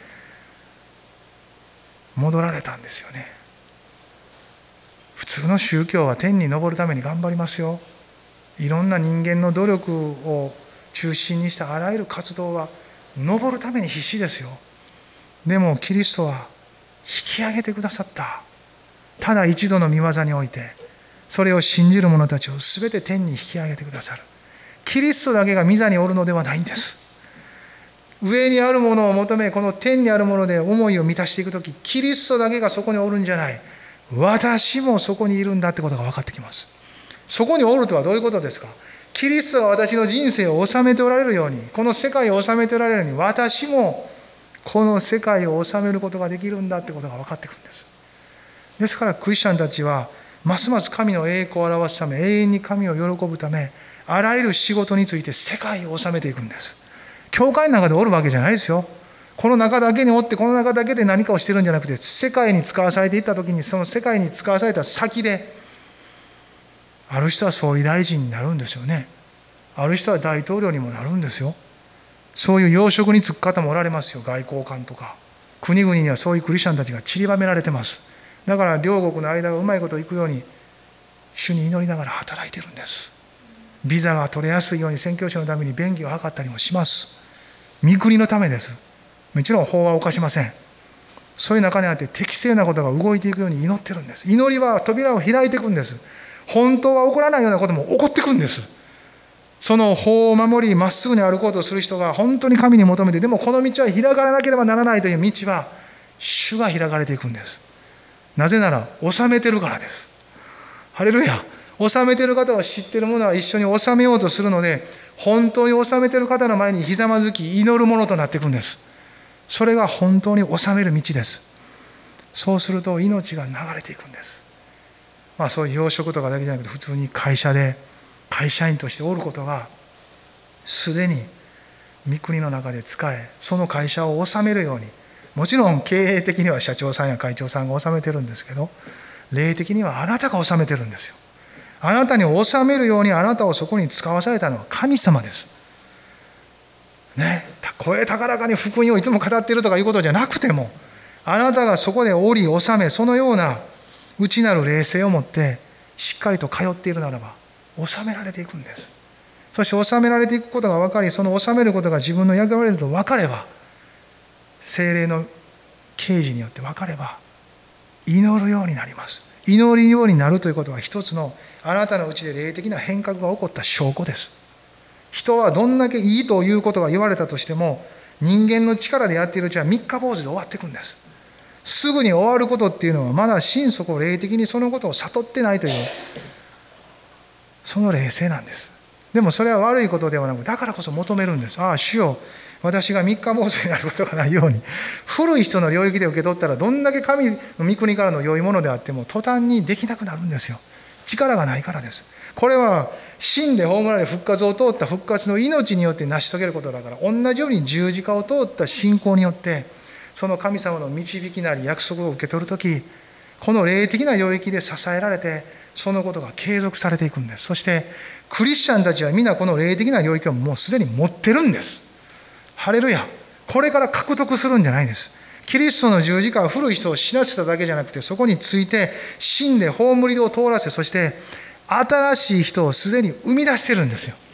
Speaker 1: 戻られたんですよね。普通の宗教は天に昇るために頑張りますよ。いろんな人間の努力を中心にしたあらゆる活動は昇るために必死ですよ。でもキリストは引き上げてくださった。ただ一度の御業においてそれを信じる者たちを全て天に引き上げてくださる。キリストだけが御座におるのではないんです。上にあるものを求め、この天にあるもので思いを満たしていくとき、キリストだけがそこにおるんじゃない、私もそこにいるんだってことが分かってきます。そこにおるとはどういうことですか。キリストが私の人生を治めておられるように、この世界を治めておられるように、私もこの世界を治めることができるんだってことが分かってくるんです。ですからクリスチャンたちはますます神の栄光を表すため、永遠に神を喜ぶため、あらゆる仕事について世界を治めていくんです。教会の中でおるわけじゃないですよ。この中だけにおって、この中だけで何かをしてるんじゃなくて、世界に使わされていった時に、その世界に使わされた先で、ある人は総理大臣になるんですよね。ある人は大統領にもなるんですよ。そういう要職に就く方もおられますよ。外交官とか。国々にはそういうクリスチャンたちが散りばめられてます。だから両国の間がうまいこといくように、主に祈りながら働いてるんです。ビザが取れやすいように宣教師のために便宜を図ったりもします。御国のためです。もちろん法は犯しません。そういう中にあって適正なことが動いていくように祈ってるんです。祈りは扉を開いていくんです。本当は起こらないようなことも起こっていくんです。その法を守り、まっすぐに歩こうとする人が本当に神に求めて、でもこの道は開かれなければならないという道は、主が開かれていくんです。なぜなら、治めてるからです。ハレルヤ。治めてる方を知っている者は一緒に治めようとするので、本当に治めてる方の前にひざまずき祈るものとなっていくんです。それが本当に治める道です。そうすると命が流れていくんです。そういう要職とかだけじゃなくて、普通に会社で会社員としておることがすでに御国の中で使え、その会社を治めるように、もちろん経営的には社長さんや会長さんが治めてるんですけど、霊的にはあなたが治めてるんですよ。あなたに治めるようにあなたをそこに使わされたのは神様です。ね、声高らかに福音をいつも語っているとかいうことじゃなくても、あなたがそこでおり治め、そのような内なる霊性を持ってしっかりと通っているならば、治められていくんです。そして治められていくことが分かり、その治めることが自分の役割だと分かれば、聖霊の啓示によって分かれば、祈るようになります。祈るようになるということは一つのあなたのうちで霊的な変革が起こった証拠です。人はどんだけいいということが言われたとしても、人間の力でやっているうちは三日坊主で終わっていくんです。すぐに終わることっていうのは、まだ心底霊的にそのことを悟ってないという、その霊性なんです。でもそれは悪いことではなく、だからこそ求めるんです。主よ、私が三日坊主になることがないように、古い人の領域で受け取ったら、どんだけ神の御国からの良いものであっても途端にできなくなるんですよ。力がないからです。これは死んで葬られ復活を通った復活の命によって成し遂げることだから、同じように十字架を通った信仰によって、その神様の導きなり約束を受け取るとき、この霊的な領域で支えられて、そのことが継続されていくんです。そしてクリスチャンたちは皆この霊的な領域をもうすでに持ってるんです。ハレルヤ。これから獲得するんじゃないです。キリストの十字架は古い人を死なせただけじゃなくて、そこについて死んで葬りを通らせ、そして新しい人をすでに生み出してるんですよ。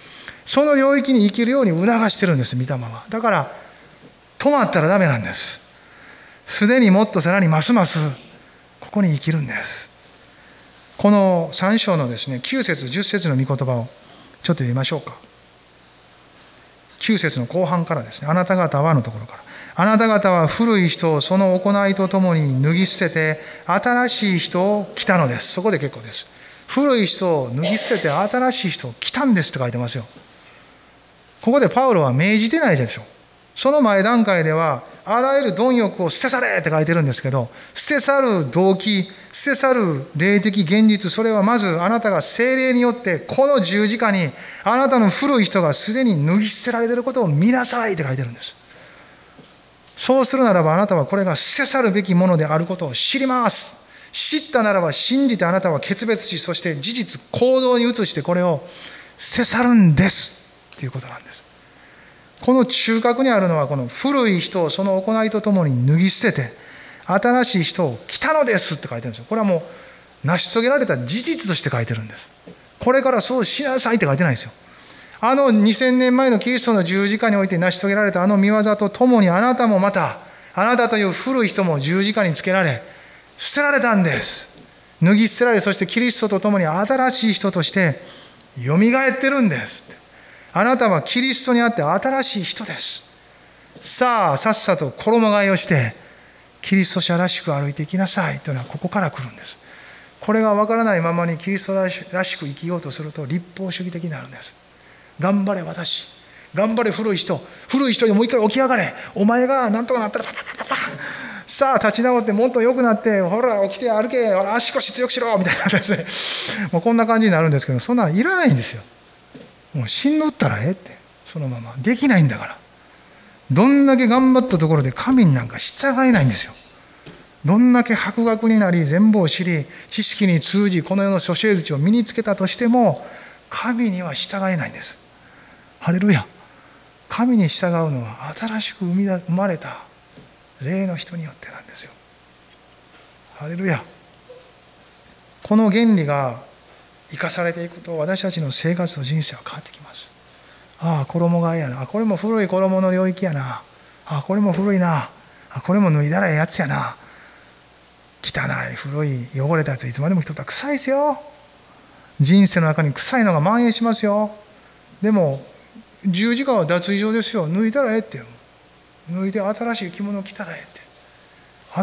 Speaker 1: その領域に生きるように促してるんです、御霊は。だから止まったらダメなんです。すでにもっとさらにますますここに生きるんです。この3章のですね、9節10節の御言葉をちょっと読みましょうか。9節の後半からですね、あなた方はのところから。あなた方は古い人をその行いとともに脱ぎ捨てて新しい人を着たのです。そこで結構です。古い人を脱ぎ捨てて新しい人を着たんですって書いてますよ。ここでパウロは命じてないでしょ。その前段階ではあらゆる貪欲を捨て去れって書いてるんですけど、捨て去る動機、捨て去る霊的現実、それはまずあなたが聖霊によってこの十字架にあなたの古い人がすでに脱ぎ捨てられていることを見なさいって書いてるんです。そうするならばあなたはこれが捨て去るべきものであることを知ります。知ったならば信じてあなたは決別し、そして事実行動に移してこれを捨て去るんですということなんです。この中核にあるのはこの古い人をその行いとともに脱ぎ捨てて新しい人を着たのですって書いてるんですよ。これはもう成し遂げられた事実として書いてるんです。これからそうしなさいって書いてないんですよ。あの2000年前のキリストの十字架において成し遂げられたあの御業とともにあなたもまたあなたという古い人も十字架につけられ捨てられたんです。脱ぎ捨てられ、そしてキリストとともに新しい人としてよみがえってるんです。あなたはキリストにあって新しい人です。さあさっさと衣替えをしてキリスト者らしく歩いていきなさいというのはここから来るんです。これが分からないままにキリストらしく生きようとすると立法主義的になるんです。頑張れ私、頑張れ古い人にもう一回起き上がれ、お前がなんとかなったらパパパパパ、さあ立ち直ってもっと良くなって、ほら起きて歩け、ほら足腰強くしろみたいなですね、もうこんな感じになるんですけど、そんなんいらないんですよ。もう死んどったらええって、そのままできないんだから。どんだけ頑張ったところで神になんか従えないんですよ。どんだけ博学になり全部を知り知識に通じこの世の諸聖術を身につけたとしても神には従えないんです。ハレルヤ。神に従うのは新しく生まれた霊の人によってなんですよ。ハレルヤ。この原理が生かされていくと私たちの生活と人生は変わってきます。ああ衣替えやな、これも古い衣の領域やな、ああこれも古いな、あこれも脱いだらええやつやな、汚い古い汚れたやついつまでも着とったら臭いですよ。人生の中に臭いのが蔓延しますよ。でも十字架は脱衣所ですよ。脱いだらええって、脱いで新しい着物を着たらええって。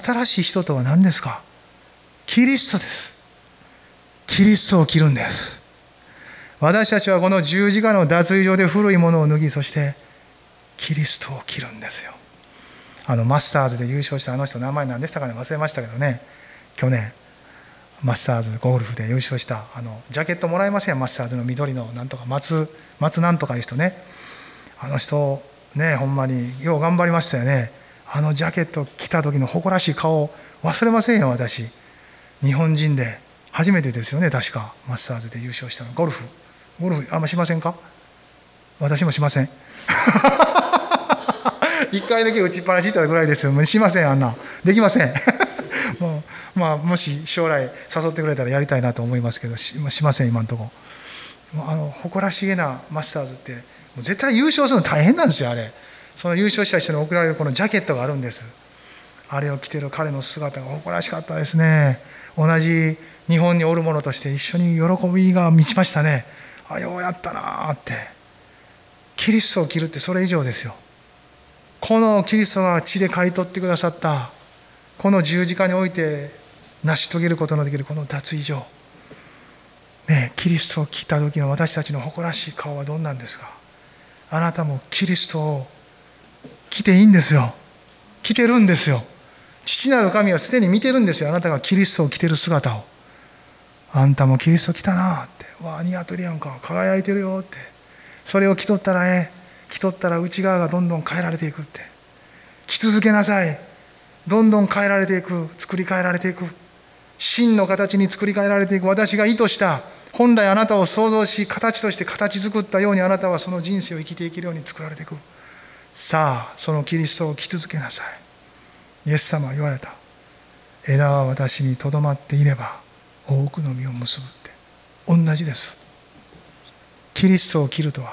Speaker 1: 新しい人とは何ですか？キリストです。キリストを着るんです。私たちはこの十字架の脱衣所で古いものを脱ぎ、そしてキリストを着るんですよ。マスターズで優勝したあの人、名前何でしたかね、忘れましたけどね、去年マスターズゴルフで優勝したジャケットもらえません、マスターズの緑のなんとか松なんとかいう人ね、あの人ね、ほんまによう頑張りましたよね。あのジャケット着た時の誇らしい顔忘れませんよ。私日本人で初めてですよね、確かマスターズで優勝したの。ゴルフあんましませんか？私もしません一回だけ打ちっぱなしいったぐらいですよ。もうしません、あんなできませんもうもし将来誘ってくれたらやりたいなと思いますけど しません、今のところ。誇らしげなマスターズってもう絶対優勝するの大変なんですよ。あれ、その優勝した人に贈られるこのジャケットがあるんです。あれを着てる彼の姿が誇らしかったですね。同じ日本におる者として一緒に喜びが満ちましたね。あ、ようやったなって。キリストを着るってそれ以上ですよ。このキリストが血で買い取ってくださったこの十字架において成し遂げることのできるこの脱衣所、ね、キリストを着た時の私たちの誇らしい顔はどんなんですか？あなたもキリストを着ていいんですよ。着てるんですよ。父なる神はすでに見てるんですよ。あなたがキリストを着てる姿を。あんたもキリスト着たなって、わあニワトリやんか、輝いてるよって、それを着とったら着とったら内側がどんどん変えられていくって。着続けなさい。どんどん変えられていく、作り変えられていく、真の形に作り変えられていく。私が意図した本来あなたを創造し形として形作ったようにあなたはその人生を生きていけるように作られていく。さあそのキリストを着続けなさい。イエス様は言われた。枝は私にとどまっていれば多くの実を結ぶって。同じです。キリストを着るとは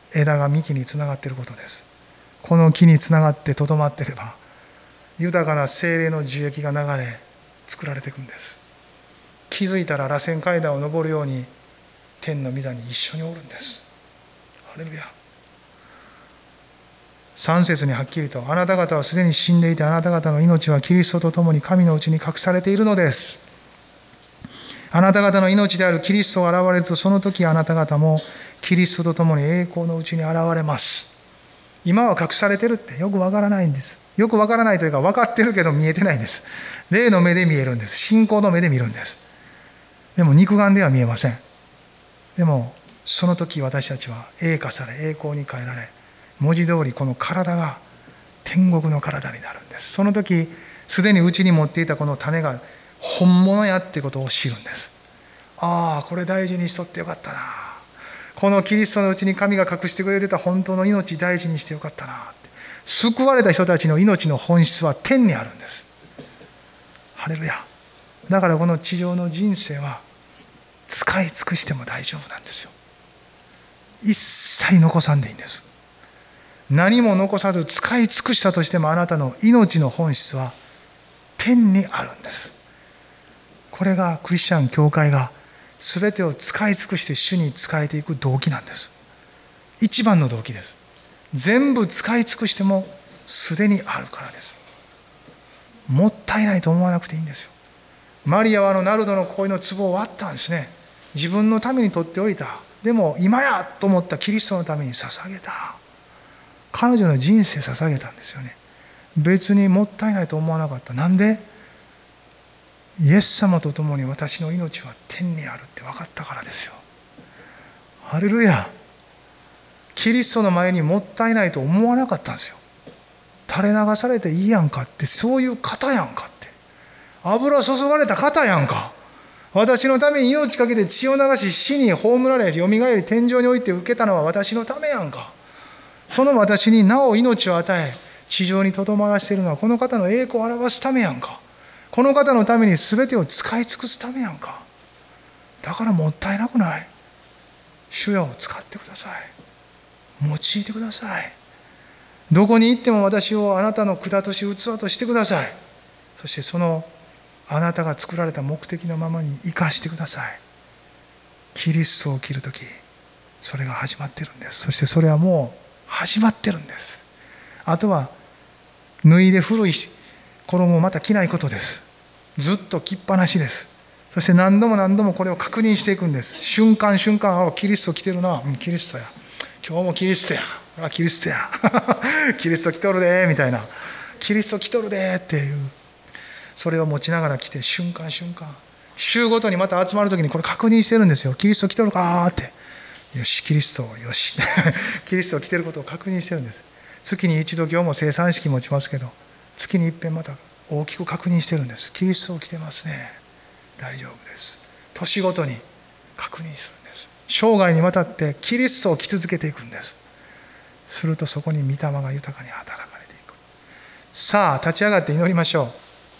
Speaker 1: 枝が幹につながっていることです。この木につながってとどまっていれば、豊かな精霊の樹液が流れ作られていくんです。気づいたら螺旋階段を上るように天の御座に一緒におるんです。ハレルヤ。3節にはっきりと、あなた方はすでに死んでいて、あなた方の命はキリストと共に神のうちに隠されているのです。あなた方の命であるキリストが現れると、その時あなた方もキリストと共に栄光のうちに現れます。今は隠されてるってよくわからないんです。よくわからないというか、分かってるけど見えてないんです。霊の目で見えるんです。信仰の目で見るんです。でも肉眼では見えません。でもその時私たちは栄華され、栄光に変えられ、文字通りこの体が天国の体になるんです。その時すでにうちに持っていたこの種が本物やってことを知るんです。ああ、これ大事にしとってよかったな。このキリストのうちに神が隠してくれてた本当の命大事にしてよかったなって。救われた人たちの命の本質は天にあるんです。ハレルヤ。だからこの地上の人生は使い尽くしても大丈夫なんですよ。一切残さんでいいんです。何も残さず使い尽くしたとしても、あなたの命の本質は天にあるんです。これがクリスチャン教会が全てを使い尽くして主に仕えていく動機なんです。一番の動機です。全部使い尽くしてもすでにあるからです。もったいないと思わなくていいんですよ。マリアはナルドの恋の壺を割ったんですね。自分のために取っておいた。でも今やと思ったキリストのために捧げた。彼女の人生捧げたんですよね。別にもったいないと思わなかった。なんで？イエス様と共に私の命は天にあるって分かったからですよ。ハレルヤ。キリストの前にもったいないと思わなかったんですよ。垂れ流されていいやんかって、そういう方やんかって。油注がれた方やんか。私のために命かけて血を流し、死に葬られ、よみがえり天井において受けたのは私のためやんか。その私になお命を与え、地上にとどまらせているのはこの方の栄光を表すためやんか。この方のために全てを使い尽くすためやんか。だからもったいなくない。主よ、使ってください。用いてください。どこに行っても私をあなたの管とし器としてください。そしてそのあなたが作られた目的のままに生かしてください。キリストを着るとき、それが始まってるんです。そしてそれはもう始まってるんです。あとは脱いで古い衣をまた着ないことです。ずっと着っぱなしです。そして何度も何度もこれを確認していくんです。瞬間瞬間、あ、キリスト着てるな、キリストや、今日もキリストや、あ、キリストやキリスト着とるでみたいな、キリスト着とるでっていう、それを持ちながら来て、瞬間瞬間、週ごとにまた集まるときにこれ確認してるんですよ。キリスト着とるかって、よし、キリスト、よしキリスト着てることを確認してるんです。月に一度、今日も生産式持ちますけど、月に一遍また大きく確認してるんです。キリストを着てますね、大丈夫です。年ごとに確認するんです。生涯にわたってキリストを着続けていくんです。するとそこに御霊が豊かに働かれていく。さあ、立ち上がって祈りましょう。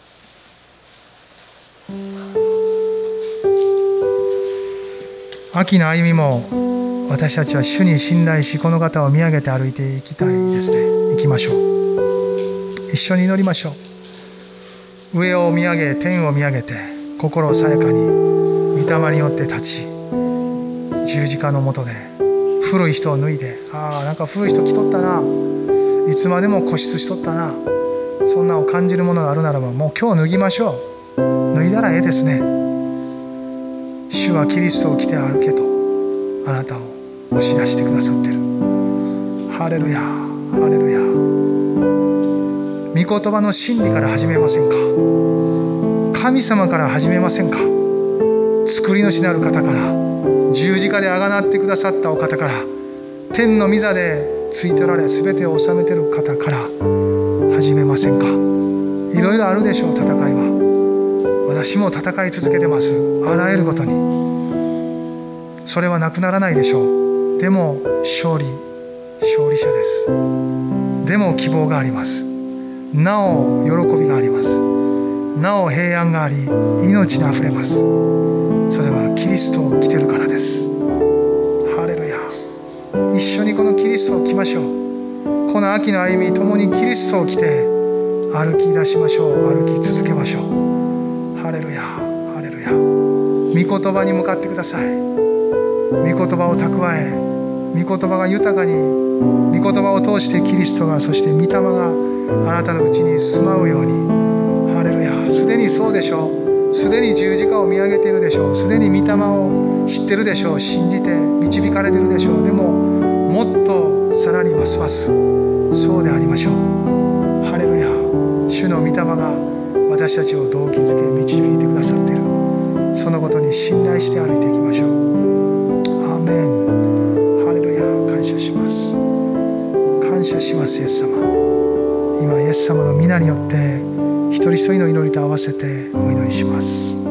Speaker 1: 秋の歩みも私たちは主に信頼し、この方を見上げて歩いていきたいですね。行きましょう。一緒に祈りましょう。上を見上げ、天を見上げて、心をさやかに御霊によって立ち、十字架の下で古い人を脱いで、ああ、なんか古い人着とったな、いつまでも固執しとったな、そんなを感じるものがあるならば、もう今日脱ぎましょう。脱いだらええですね。主はキリストを着て歩けとあなたを押し出してくださっている。ハレルヤ、ハレルヤ。御言葉の真理から始めませんか。神様から始めませんか。作り主なる方から、十字架であがなってくださったお方から、天の御座でついておられ全てを治めている方から始めませんか。いろいろあるでしょう、戦いは。私も戦い続けてます。あらゆることに。それはなくならないでしょう。でも勝利者です。でも希望があります。なお喜びがあります。なお平安があり、命にあふれます。それはキリストを着てるからです。ハレルヤ。 一緒にこのキリストを着ましょう。この秋の歩み、共にキリストを着て歩き出しましょう。歩き続けましょう。ハレルヤ、ハレルヤ。御言葉に向かってください。御言葉を蓄え、御言葉が豊かに、御言葉を通してキリストが、そして御霊があなたのうちに住まうように。ハレルヤ。すでにそうでしょう。すでに十字架を見上げているでしょう。すでに御霊を知ってるでしょう。信じて導かれているでしょう。でももっとさらにますますそうでありましょう。ハレルヤ。主の御霊が私たちを動機づけ導いてくださっている。そのことに信頼して歩いていきましょう。アーメン。ハレルヤ。感謝します。感謝します。イエス様。今イエス様の皆によって一人一人の祈りと合わせてお祈りします。